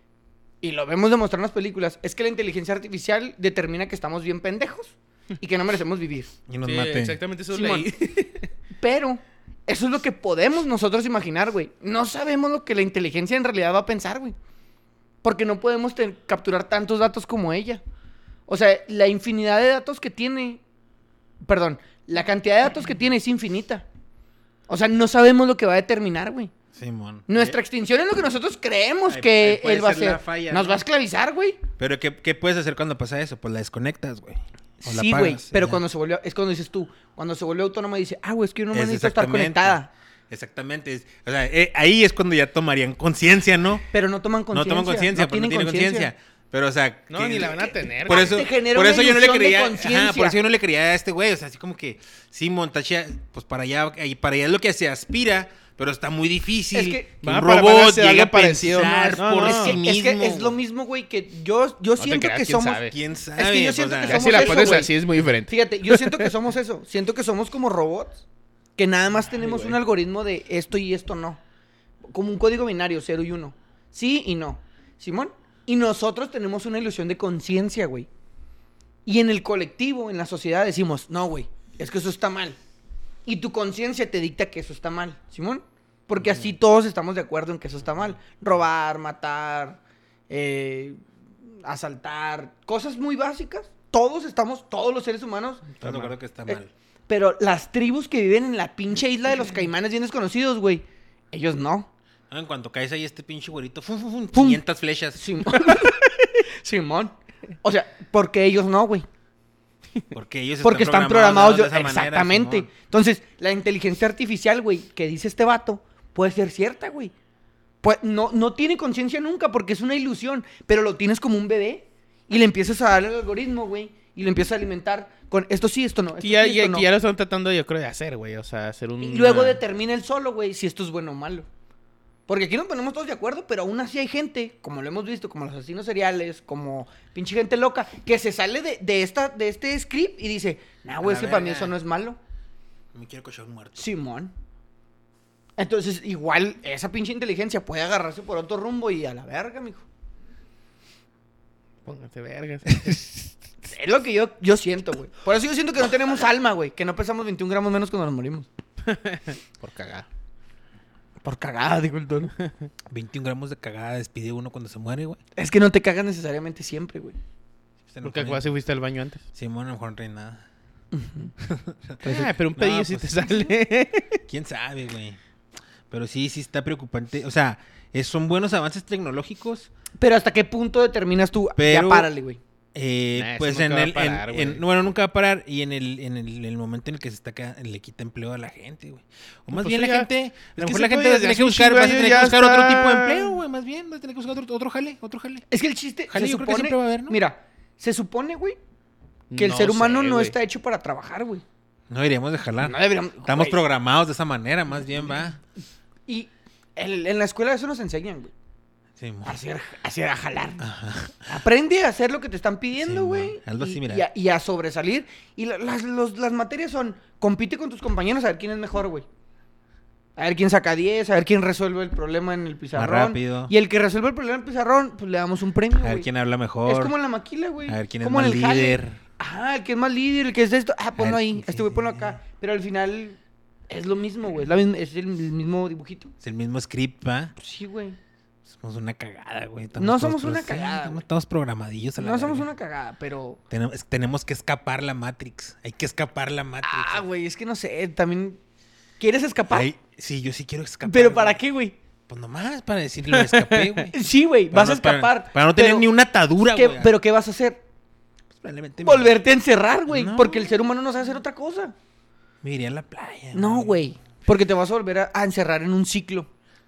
y lo vemos demostrar en las películas, es que la inteligencia artificial determina que estamos bien pendejos y que no merecemos vivir. Y nos Sí, mate. exactamente eso Simón. leí. Pero eso es lo que podemos nosotros imaginar, güey. No sabemos lo que la inteligencia en realidad va a pensar, güey. Porque no podemos ten- capturar tantos datos como ella. O sea, la infinidad de datos que tiene... Perdón, la cantidad de datos que tiene es infinita. O sea, no sabemos lo que va a determinar, güey. Simón. Nuestra extinción es lo que nosotros creemos Ahí- que ahí puede él va a ser la hacer. falla, Nos ¿no? va a esclavizar, güey. Pero ¿qué, ¿qué puedes hacer cuando pasa eso? Pues la desconectas, güey. O la Sí, güey. apagas, Pero ya. cuando se volvió... Es cuando dices tú. Cuando se vuelve autónoma y dice... Ah, güey, es que yo no Es necesito estar exactamente. conectada. Exactamente. Es- o sea, eh, ahí es cuando ya tomarían conciencia, ¿no? Pero no toman No conciencia. toman conciencia, no pero no tienen tienen conciencia. Pero, o sea... No, que- ni la van a tener. Por güey. eso, Te genera por una eso yo no le ilusión de creía... conciencia. Ajá, por eso yo no le creía a este güey. O sea, así como que... Sí, Montacha, pues para allá... y para allá es lo que se aspira... Pero está muy difícil. Es que- un Va, para- van a robot hacer llegue algo a parecido. pensar No, no, por no. Es sí que, mismo. es que es lo mismo, güey, que yo, yo te siento creas, que quién somos... sabe. ¿Quién sabe? Es que yo O siento sea, que Ya somos si la eso, pones güey. así es muy diferente. Fíjate, yo siento que somos eso. Siento que somos como robots. Que nada más tenemos güey. un algoritmo de esto y esto no. Como un código binario, cero y uno. Sí y no. ¿Simón? Y nosotros tenemos una ilusión de conciencia, güey. Y en el colectivo, en la sociedad, decimos, no, güey, es que eso está mal. Y tu conciencia te dicta que eso está mal, ¿Simón? Porque así todos estamos de acuerdo en que eso está mal. Robar, matar, eh, asaltar, cosas muy básicas. Todos estamos, todos los seres humanos. Estás de acuerdo que está Eh, mal. Pero las tribus que viven en la pinche isla de los caimanes bien desconocidos, güey, ellos no. Ah, en cuanto caes ahí este pinche güerito, fum, fum, fum, Pum. quinientas flechas. Simón. Simón. O sea, porque ellos no, güey. Porque ellos Porque están programados, de de- esa manera, exactamente. Simón. Entonces, la inteligencia artificial, güey, que dice este vato, puede ser cierta, güey. Pues no, no tiene conciencia nunca porque es una ilusión, pero lo tienes como un bebé y le empiezas a dar el algoritmo, güey, y lo empiezas a alimentar con esto sí, esto no. Esto Que ya, sí, ya- esto no. que ya lo están tratando, yo creo, de hacer, güey. O sea, hacer un. Y luego determina él solo, güey, si esto es bueno o malo. Porque aquí nos ponemos todos de acuerdo, pero aún así hay gente, como lo hemos visto, como los asesinos seriales, como pinche gente loca, que se sale de, de esta, de este script y dice, nah, güey, A es la que para mí verga. eso no es malo. Me quiero cochar un muerto. Simón. Entonces, igual, esa pinche inteligencia puede agarrarse por otro rumbo y a la verga, mijo. Póngate vergas. Es lo que yo, yo siento, güey. Por eso yo siento que no tenemos alma, güey. Que no pesamos veintiún gramos menos cuando nos morimos. Por cagar. Por cagada, dijo el tono. veintiún gramos de cagada despide uno cuando se muere, güey. Es que no te cagas necesariamente siempre, güey. Se Porque enojan. casi fuiste al baño antes. Simón, a lo mejor no trae nada. Ah, pero un No, pedillo sí pues- te sale. ¿Quién sabe, güey? Pero sí, sí está preocupante. O sea, es- son buenos avances tecnológicos. Pero ¿hasta qué punto determinas tú? Pero- Ya párale, güey. Eh, Nah, eso pues nunca en va a el, en- parar, en- güey. bueno, nunca va a parar y en el, en el, el momento en el que se está queda- le quita empleo a la gente, güey. O más Pues bien sí, la ya- gente, a es lo que mejor se la gente puede va a desde tener hace que un buscar, chingo va a de tener años que ya buscar otro está- tipo de empleo, güey, más bien, va a tener que buscar otro, otro jale, otro jale. Es que el chiste Jale, se yo creo que supone... siempre va a haber, ¿no? Mira, se supone, güey, que el No ser humano sé, no güey. está hecho para trabajar, güey. No deberíamos de jalar. No deberíamos... Estamos güey. programados de esa manera, más bien, va. Y el- en la escuela eso nos enseñan, güey. Sí, mo. A hacer, a hacer, a jalar. Aprende a hacer lo que te están pidiendo, Sí, güey. man. Algo y, así, mira. y a, y a sobresalir. Y la- las, los- las materias son, compite con tus compañeros a ver quién es mejor, güey. A ver quién saca diez, a ver quién resuelve el problema en el pizarrón. rápido. Y el que resuelve el problema en el pizarrón, pues le damos un premio, A ver güey. quién habla mejor. Es como en la maquila, güey. A ver quién es Como en más el jale. líder. Ajá, el que es más líder, el que es de esto. Ah, ponlo ver, ahí. sí, Este güey sí, ponlo sí. acá. Pero al final es lo mismo, güey. Es, la misma- es el mismo dibujito. Es el mismo script, va. Sí, güey. Somos una cagada, güey. No todos somos pro- una sí, cagada, estamos- güey. Estamos programadillos a la No somos verga. una cagada, pero... Tenemos, tenemos que escapar la Matrix. Hay que escapar la Matrix. Ah, güey, es que no sé, también... ¿Quieres escapar? Ay, sí, yo sí quiero escapar. ¿Pero güey. para qué, güey? Pues nomás para decirle, lo escapé, güey. Sí, güey, Para vas a no- para- escapar. Para, no tener pero- ni una atadura, ¿qué- güey. ¿Pero qué vas a hacer? Pues probablemente me- Volverte a encerrar, güey. No. Porque el ser humano no sabe hacer otra cosa. Me iría a la playa. No, güey. Porque te vas a volver a, a encerrar en un ciclo.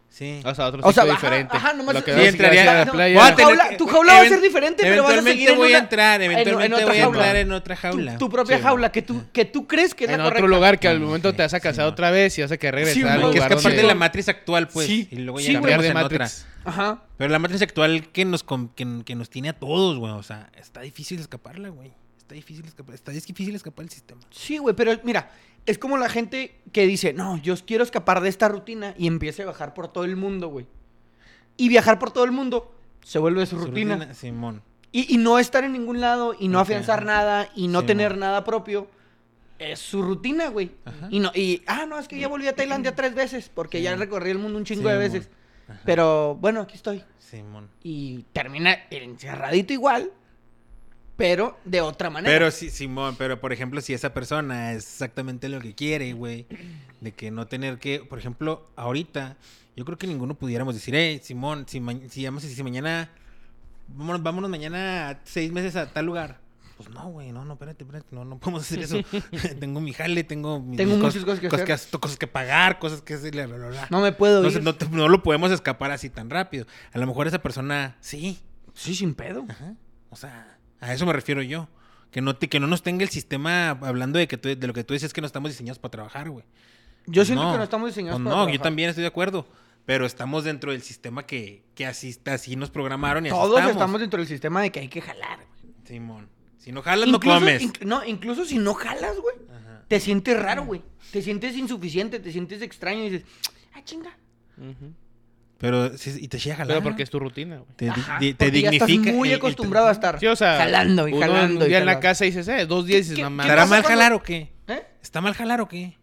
Sí. O sea, otro O sea, ciclo ajá, diferente. ajá, nomás- Lo que Sí, no entraría- siquiera sea no, la playa. voy a tu tener jaula- que- tu jaula va a ser event- diferente, pero vas a eventualmente seguir en voy una- a entrar, en- eventualmente en otra voy a jaula. entrar en otra Tu, jaula. tu propia Sí, jaula que tú, que tú crees que es En la otro correcta. lugar que al Bueno, momento sí, te vas a casar sí, otra vez y vas a querer regresar Sí, al güey, que lugar escapar donde... de la matriz actual, pues. Sí. Y luego ya Sí, güey. Cambiar cambiamos de en Matrix. otra. Ajá. Pero la matriz actual que nos, com- que, que nos tiene a todos, güey. O sea, está difícil escaparla, güey. Está difícil escapar. Está difícil escapar del sistema. Sí, güey, pero mira, es como la gente que dice, no, yo quiero escapar de esta rutina y empieza a viajar por todo el mundo, güey. Y viajar por todo el mundo se vuelve su, Su rutina. Simón. Y, y no estar en ningún lado y no Ok, afianzar ajá. nada y no Sí, tener mon. nada propio. Es su rutina, güey. Ajá. Y no, y, ah, no, es que ya volví a Tailandia tres veces porque Sí, ya mon. recorrí el mundo un chingo Sí, de mon. veces. Ajá. Pero bueno, aquí estoy. Simón. Y termina encerradito igual, pero de otra manera. Pero sí, Simón, pero por ejemplo, si esa persona es exactamente lo que quiere, güey, de que no tener que, por ejemplo, ahorita, yo creo que ninguno pudiéramos decir, hey, Simón, si, ma si, llama- si mañana, vámonos, vámonos mañana seis meses a tal lugar. Pues no, güey, no, no, espérate, espérate, no, no podemos hacer eso. Tengo mi jale, tengo, mis Tengo cos- muchas cosas que hacer. hacer, cosas que pagar, cosas que hacer, bla, bla, bla, bla. no me puedo No, ir. sé, no, te- no lo podemos escapar así tan rápido. A lo mejor esa persona, sí, Sí, sin pedo. ajá, o sea, a eso me refiero yo. Que no, te, que no nos tenga el sistema hablando de que tú- de lo que tú dices que no estamos diseñados para trabajar, güey. Yo Pues siento no. que no estamos diseñados Pues para no, yo trabajar. también estoy de acuerdo. Pero estamos dentro del sistema que, que así, está- así nos programaron y así Todos estamos. estamos dentro del sistema de que hay que jalar, güey. Simón. Si no jalas, Incluso- no comes. inc- no, incluso si no jalas, güey. Ajá. Te sientes raro, güey. Te sientes insuficiente, te sientes extraño y dices, ah, chinga. Ujú. Pero, sí, y te llega a jalar. Pero porque es tu rutina, güey. Te, di- Ajá, di- te porque ya dignifica. estás muy el- el- acostumbrado a estar Sí, o sea, jalando y uno jalando un y día en la jalando. casa dices, eh, dos días y dices, ¿Qué- no qué mames. ¿Estará pasa mal cuando- jalar o qué? ¿Eh? ¿Está mal jalar o qué?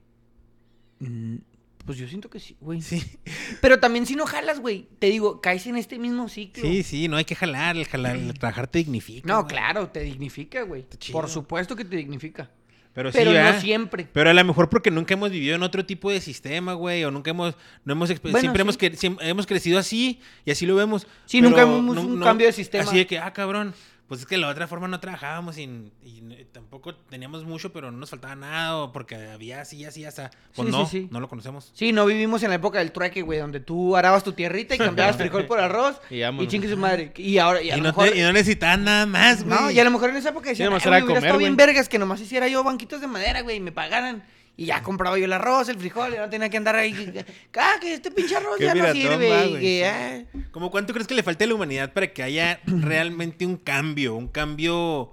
Mm, Pues yo siento que sí, güey. Sí. Pero también si no jalas, güey, te digo, caes en este mismo ciclo. Sí, sí, no hay que jalar. El, jalar, el trabajar te dignifica. No, güey. claro, te dignifica, güey. chido. Por supuesto que te dignifica. Pero, sí, Pero no ¿verdad? siempre. Pero a lo mejor porque nunca hemos vivido en otro tipo de sistema, güey, o nunca hemos, no hemos, exp- Bueno, siempre sí. hemos, cre- siem- hemos crecido así y así lo vemos. Sí, pero nunca hemos un cambio de sistema. Así de que, ah, cabrón, pues es que de la otra forma no trabajábamos y, y n- tampoco teníamos mucho, pero no nos faltaba nada, o porque había así, así, hasta. Pues Sí, no, sí, sí. no lo conocemos. Sí, no vivimos en la época del trueque, güey, donde tú arabas tu tierrita y cambiabas frijol por arroz Y y, vámonos. chingue su madre. Y ahora, y a Y, lo no mejor... te- y no necesitaban nada más, güey. No, y a lo mejor en esa época decían, nomás "Ay, era güey, hubiera comer, estado bien güey". vergas que nomás hiciera yo banquitos de madera, güey, y me pagaran. Y ya compraba yo el arroz, el frijol, y no tenía que andar ahí. Ah, que este pinche arroz Qué ya no piratón, sirve. va, y güey, que, sí. ah. ¿Cómo cuánto crees que le falta a la humanidad para que haya realmente un cambio? Un cambio,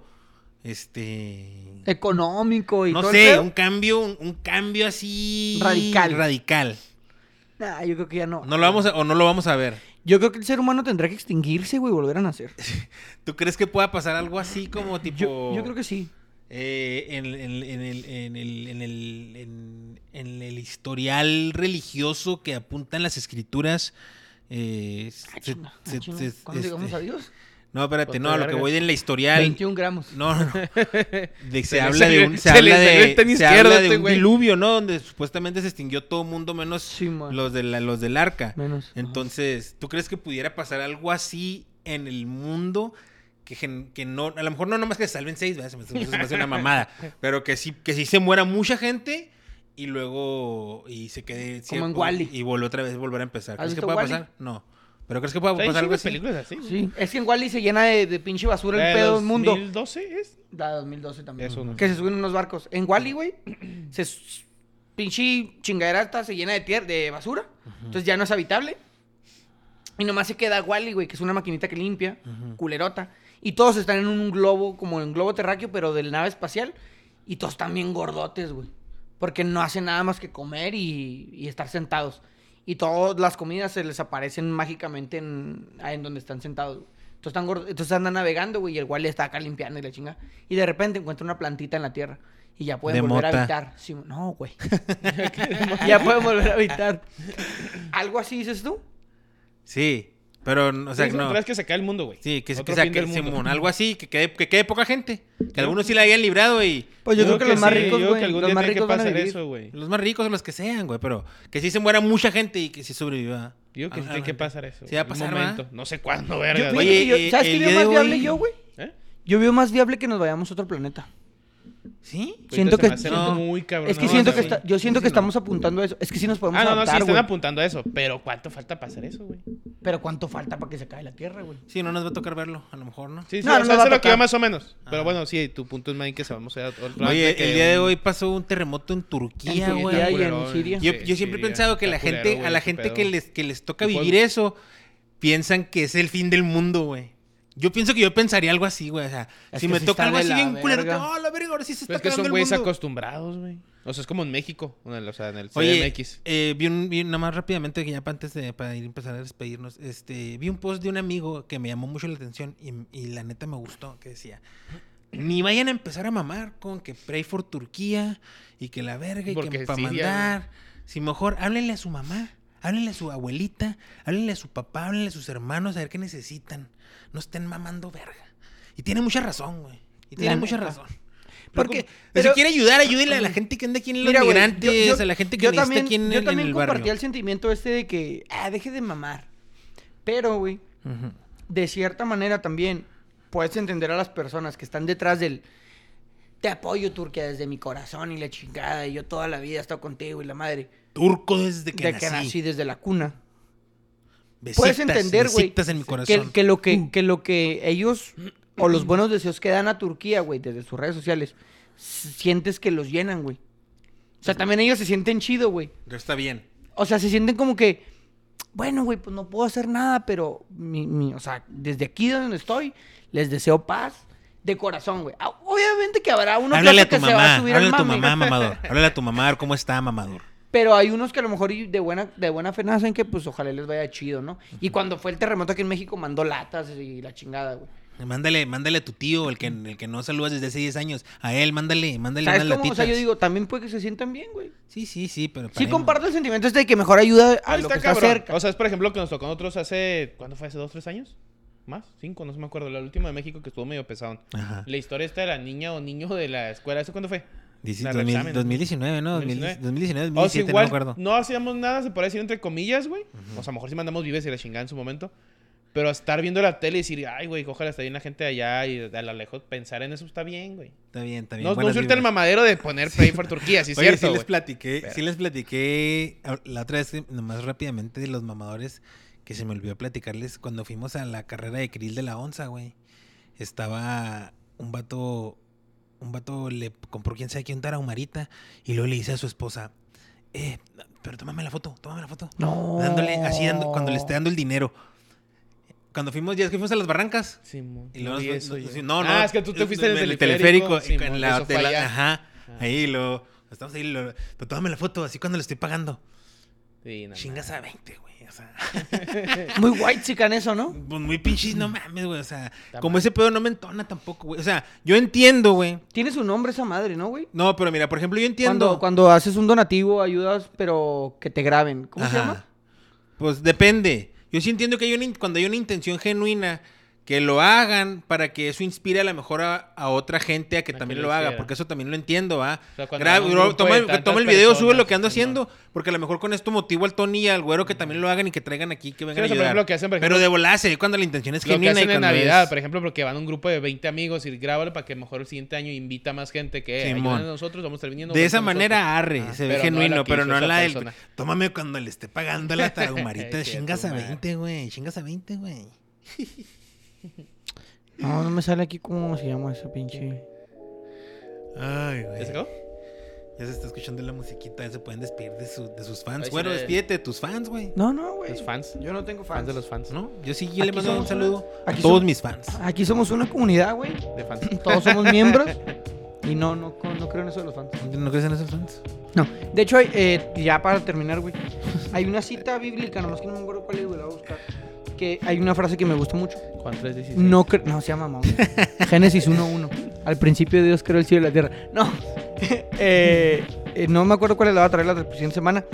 este... Económico y No todo el sé, pedo. un cambio, un, un cambio así... Radical. Radical. Nah, yo creo que ya no. No lo vamos a, o no lo vamos a ver. Yo creo que el ser humano tendrá que extinguirse, güey, y volver a nacer. ¿Tú crees que pueda pasar algo así como tipo... Yo, yo creo que sí. eh, en, en- en el, en, el, en, el, en- en el historial religioso que apuntan las escrituras... eh, Ah, se- chinga, ah, se- chinga. se- ¿Cuándo este- llegamos a Dios? No, espérate, Pues, no, a lo que vergas. voy en la historial... veintiún gramos. No, no, no. De- se, Se le habla de salió- un, se se le habla salió de, el tenis se izquierdo habla a de este un güey. diluvio, ¿no? Donde supuestamente se extinguió todo mundo menos Sí, man. los, de la- los del arca. Menos. Entonces, ¿tú crees que pudiera pasar algo así en el mundo? Que, gen- que no, a lo mejor no nomás que se salven seis, ¿verdad? Se me, se me hace una mamada. Pero que sí, que sí se muera mucha gente y luego y se quede... Como en sí, Wall-E. Y vuelve otra vez volver a empezar. ¿Has ¿Crees que visto pueda Wall-E? pasar? No. ¿Pero crees que pueda Hay pasar algo chingo de así? películas así, güey. Sí, es que en Wall-E se llena de, de pinche basura el Eh, pedo del mundo. dos mil doce es. Da dos mil doce también. Eso no. Que se suben unos barcos. En Wall-E, güey, se s- pinche chingadera hasta se llena de tierra, de basura. Entonces ya no es habitable. Y nomás se queda Wall-E, güey, que es una maquinita que limpia, culerota. Y todos están en un globo, como en globo terráqueo, pero de la nave espacial. Y todos están bien gordotes, güey. Porque no hacen nada más que comer y, y estar sentados. Y todas las comidas se les aparecen mágicamente en, ahí en donde están sentados, güey. Entonces, están gordos, entonces andan navegando, güey, y el Wall-E está acá limpiando y la chinga. Y de repente encuentra una plantita en la tierra. Y ya pueden De volver a mota. habitar. Sí, no, güey. Ya pueden volver a habitar. ¿Algo así dices tú? Sí, pero, o sea, Sí, no. Pero es que se cae el mundo, güey. Sí, que, que, Otro sea, fin que- del mundo. Simón, algo así, que quede, que quede poca gente. Que algunos sí la hayan librado y Pues yo, creo que, los más sí, ricos, yo creo güey. que algún Los día más tiene que ricos van a pasar vivir. eso, güey. los más ricos, los que sean, güey, pero que sí se muera mucha gente y que sí sobreviva. Yo creo que sí Ah, tiene que ah, pasar eso. Sí va a en pasar, un momento. ¿verdad? No sé cuándo, Yo, verga. fíjate Oye, que yo- eh, ¿Sabes el qué día veo de más viable hoy- yo, güey? ¿Eh? Yo veo más viable que nos vayamos a otro planeta. ¿Sí? Siento Ahorita que- se me hace no. muy cabrón. Es que No, siento no, que sí. está, yo siento Sí, que no. estamos apuntando a eso. Es que sí nos podemos Ah, no, no, sí, adaptar, están güey. apuntando a eso. Pero ¿cuánto falta para hacer eso, güey? Pero ¿cuánto falta para que se caiga la tierra, güey? Sí, no nos va a tocar verlo, a lo mejor, ¿no? Sí, sí, No, o no sea, nos va eso es a lo que yo tocar. más o menos. Pero Ajá. bueno, sí, tu punto es más que se vamos a otro Oye, el día de hoy pasó un terremoto en Turquía, En güey. Turquía y Culero, en Siria. Yo, Sí, yo siempre he Siria. pensado que la Está gente, culero, güey, a la ese gente pedo. que les, que les toca Y fue- vivir eso, piensan que es el fin del mundo, güey. Yo pienso que yo pensaría algo así, güey. O sea, Es si que me sí toca está algo de así la bien culero, que, verga. oh, la verga, ahora sí se Pero está es que son acabando el güeyes mundo. acostumbrados, güey. O sea, es como en México. en el- O sea, en el Oye, C D M X. eh, vi un, vi nada más rápidamente, que ya para antes de para ir a empezar a despedirnos, este, vi un post de un amigo que me llamó mucho la atención y, y la neta me gustó, que decía, ni vayan a empezar a mamar con que pray for Turquía y que la verga y Porque que para Siria, mandar. Si mejor, háblenle a su mamá, háblenle a su abuelita, háblenle a su papá, háblenle a sus hermanos a ver qué necesitan. No estén mamando verga. Y tiene mucha razón, güey. Y tiene La mucha neta. razón. Porque- Porque, pero- si quiere ayudar, ayúdenle a la gente que anda aquí en los Mira, güey, migrantes, yo- yo- a la gente que yo necesita también, aquí en, yo en también el compartía barrio. el sentimiento este de que, ah, deje de mamar. Pero, güey, Ujú. de cierta manera también puedes entender a las personas que están detrás del te apoyo, Turquía, desde mi corazón y la chingada, y yo toda la vida he estado contigo y la madre. Turco desde que de nací. que nací desde la cuna. Besitas, Puedes entender, güey, besitas en mi que, corazón. que lo que, que lo que ellos o los buenos deseos que dan a Turquía, güey, desde sus redes sociales, s- sientes que los llenan, güey. O sea, también ellos se sienten chido, güey. Pero está bien. O sea, se sienten como que, bueno, güey, pues no puedo hacer nada, pero, mi, mi- o sea, desde aquí donde estoy, les deseo paz de corazón, güey. Ah, obviamente que habrá uno que, Háblale otro a tu que se va a mamá, subir háblale al a tu mame. mamá, mamador. Háblale a tu mamá, a ver cómo está, mamador. Pero hay unos que a lo mejor y de buena, de buena fe nacen que, pues, ojalá les vaya chido, ¿no? Y cuando fue el terremoto aquí en México, mandó latas y la chingada, güey. Mándale, mándale a tu tío, el que, el que no saludas desde hace diez años. A él, mándale, mándale ¿Sabes unas cómo? O sea, latitas. yo digo, también puede que se sientan bien, güey. Sí, sí, sí, pero Sí paremos. comparto el sentimiento este de que mejor ayuda a Ah, lo está que está cabrón. cerca. O sea, es por ejemplo que nos tocó a nosotros hace. ¿Cuándo fue? ¿Hace dos, tres años? ¿Más? ¿Cinco? No se me acuerdo. La última de México que estuvo medio pesado. Ajá. La historia esta de la niña o niño de la escuela. ¿Eso cuándo fue? Dice, La dos mil reexamen. dos mil diecinueve, ¿no? dos mil diecinueve, dos mil diecinueve, dos mil O sea, diecisiete, igual no me acuerdo. no hacíamos nada, se puede decir entre comillas, güey. O sea, a lo mejor sí mandamos vives y la chingada en su momento. Pero estar viendo la tele y decir, ay, güey, ojalá está bien la gente de allá y a lo lejos pensar en eso está bien, güey. Está bien, está bien. No, no buenas surte el vibras. mamadero de poner Pray for Turquía, sí es Oye, cierto, sí les güey. platiqué, Pero- sí les platiqué a- la otra vez, que nomás rápidamente, de los mamadores, que se me olvidó platicarles cuando fuimos a la carrera de Krill de la Onza, güey. Estaba un vato, un vato le compró quién sabe quién tarahumarita y luego le dice a su esposa, eh, pero tómame la foto, tómame la foto. No. Dándole, así, dando, cuando le esté dando el dinero. Cuando fuimos, ya es que fuimos a las barrancas. Simón, Y no luego vi nos- eso nos- yo. no, no. Ah, es que tú te fuiste en el el teleférico. y con Simón, la, eso de fue la- allá. ajá. Ah. Ahí lo. Estamos ahí, lo, pero tómame la foto, así cuando le estoy pagando. Sí, no, Chingas no. a veinte, güey. O sea, Muy white chican eso, ¿no? pues muy pinches, no mames, güey. O sea, Está como mal. ese pedo no me entona tampoco, güey. O sea, yo entiendo, güey. Tiene su nombre esa madre, ¿no, güey? No, pero mira, por ejemplo, yo entiendo. Cuando, cuando haces un donativo, ayudas, pero que te graben. ¿Cómo se Ajá. llama? Pues depende. Yo sí entiendo que hay una, in- cuando hay una intención genuina, que lo hagan para que eso inspire a lo mejor a, a otra gente a que A que también lo lo haga, hiciera. porque eso también lo entiendo, ¿va? O sea, cuando Gra- hay un bro, grupo toma, de el- tantas toma el video, sube lo que ando personas, haciendo, porque a lo mejor con esto motivo al Tony y al güero que también lo hagan y que traigan aquí, que vengan Sí, o sea, a por ayudar. ejemplo, que hacen, por Pero ejemplo, de volar se ve cuando la intención es Lo que genuina y hacen en cuando Navidad, es- por ejemplo, porque van un grupo de veinte amigos y grábalo para que mejor el siguiente año invita a más gente que eh, Simón. ayuden a nosotros, vamos a estar viniendo. De vamos a esa estar manera nosotros. arre, Ah, se ve pero no genuino, la que pero hizo no esa la del... persona. Tómame cuando le esté pagando a la tarahumarita, Qué chingas a tu madre. veinte, güey, chingas a veinte, güey. No, no me sale aquí cómo se llama esa pinche. Ay, ¿Ya güey. se acabó? Ya se está escuchando la musiquita, ya se pueden despedir de, su- de sus fans. Ahí sí Bueno, le- despídete de tus fans, güey. No, no, güey. Los fans. Yo no tengo Fans fans. de los fans. ¿No? Yo sí le Aquí mando un somos saludo una- a aquí todos som- mis fans. Aquí somos una comunidad, güey. De fans. Todos somos miembros. Y no, no, no creo en eso de los fans. ¿No crees en esos fans? No. De hecho, hay, eh, ya para terminar, güey. Hay una cita bíblica, nomás que no me acuerdo cuál es, güey. La voy a buscar. Que hay una frase que me gusta mucho. Juan tres dieciséis. No, cre- no se llama mamá. Génesis uno uno. Al principio Dios creó el cielo y la tierra. No. Eh, eh, no me acuerdo cuál es la va a traer la siguiente semana.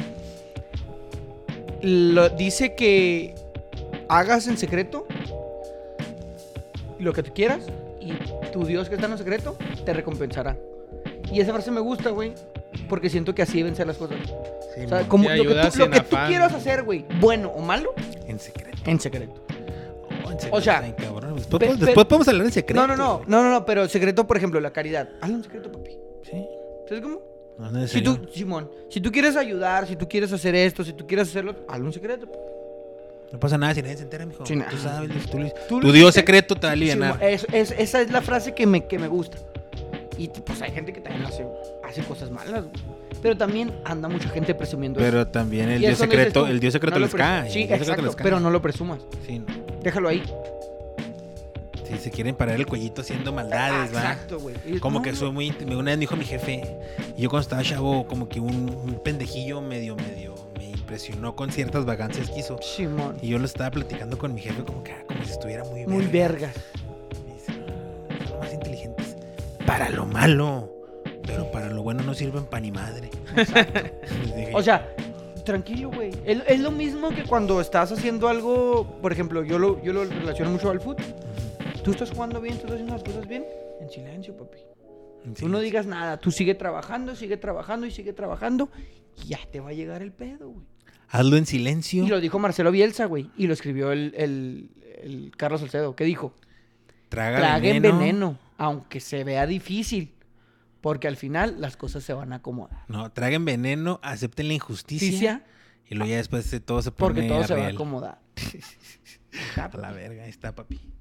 Lo, dice que hagas en secreto lo que tú quieras y tu Dios que está en lo secreto te recompensará. Y esa frase me gusta, güey, porque siento que así deben ser las cosas. Sí, O sea, mon. como Y lo que, ayudas tú, lo sin que tú afán. quieras hacer, güey, bueno o malo, En secreto. en secreto. Oh, en secreto, O sea, ay, cabrón. Después, pe- después pe- podemos hablar en secreto. No, no, no, no, no, no, pero secreto, por ejemplo, la caridad. Hazlo en secreto, papi. Sí. ¿Sabes cómo? No es Si necesario. tú, Simón, si tú quieres ayudar, si tú quieres hacer esto, si tú quieres hacerlo, hazlo un secreto. No pasa nada si nadie se entera, mijo. Sí, nada. Tú sabes, tú, lo- Tú tu lo Dios hiciste. secreto te va a Simón, aliviar. es- es- esa es la frase que me, que me gusta. Y pues hay gente que también hace, hace cosas malas, güey. Pero también anda mucha gente presumiendo eso. Pero también el Y es Dios donde dices secreto, tú, el Dios secreto no lo les presu- cae. Sí, el Dios secreto exacto, les cae. pero no lo presumas. Sí, no. Déjalo ahí. Sí, se quieren parar el cuellito haciendo maldades, va. Exacto, güey. Y- Como no, que no. soy muy... Una vez me dijo mi jefe, y yo cuando estaba chavo, como que un, un pendejillo medio, medio, me impresionó con ciertas vagancias que hizo. Simón. Y yo lo estaba platicando con mi jefe como que, ah, como si estuviera muy Muy vergas. Me dice, "No, son más inteligentes para lo malo, pero para lo bueno no sirven pa' ni madre". Les dije, O sea, tranquilo, güey. Es, es lo mismo que cuando estás haciendo algo, por ejemplo, yo lo, yo lo relaciono mucho al fútbol. Tú estás jugando bien, tú estás haciendo las cosas bien, en silencio, papi. sí, Tú no digas nada, tú sigue trabajando, sigue trabajando y sigue trabajando y ya te va a llegar el pedo, güey. hazlo en silencio. Y lo dijo Marcelo Bielsa, güey, y lo escribió el, el, el Carlos Salcedo, que dijo, Traga traguen veneno. veneno, aunque se vea difícil, porque al final las cosas se van a acomodar. No, traguen veneno, acepten la injusticia. Justicia, Y luego ya después se- todo se pone porque todo se va a real. acomodar. A la verga, ahí está, papi.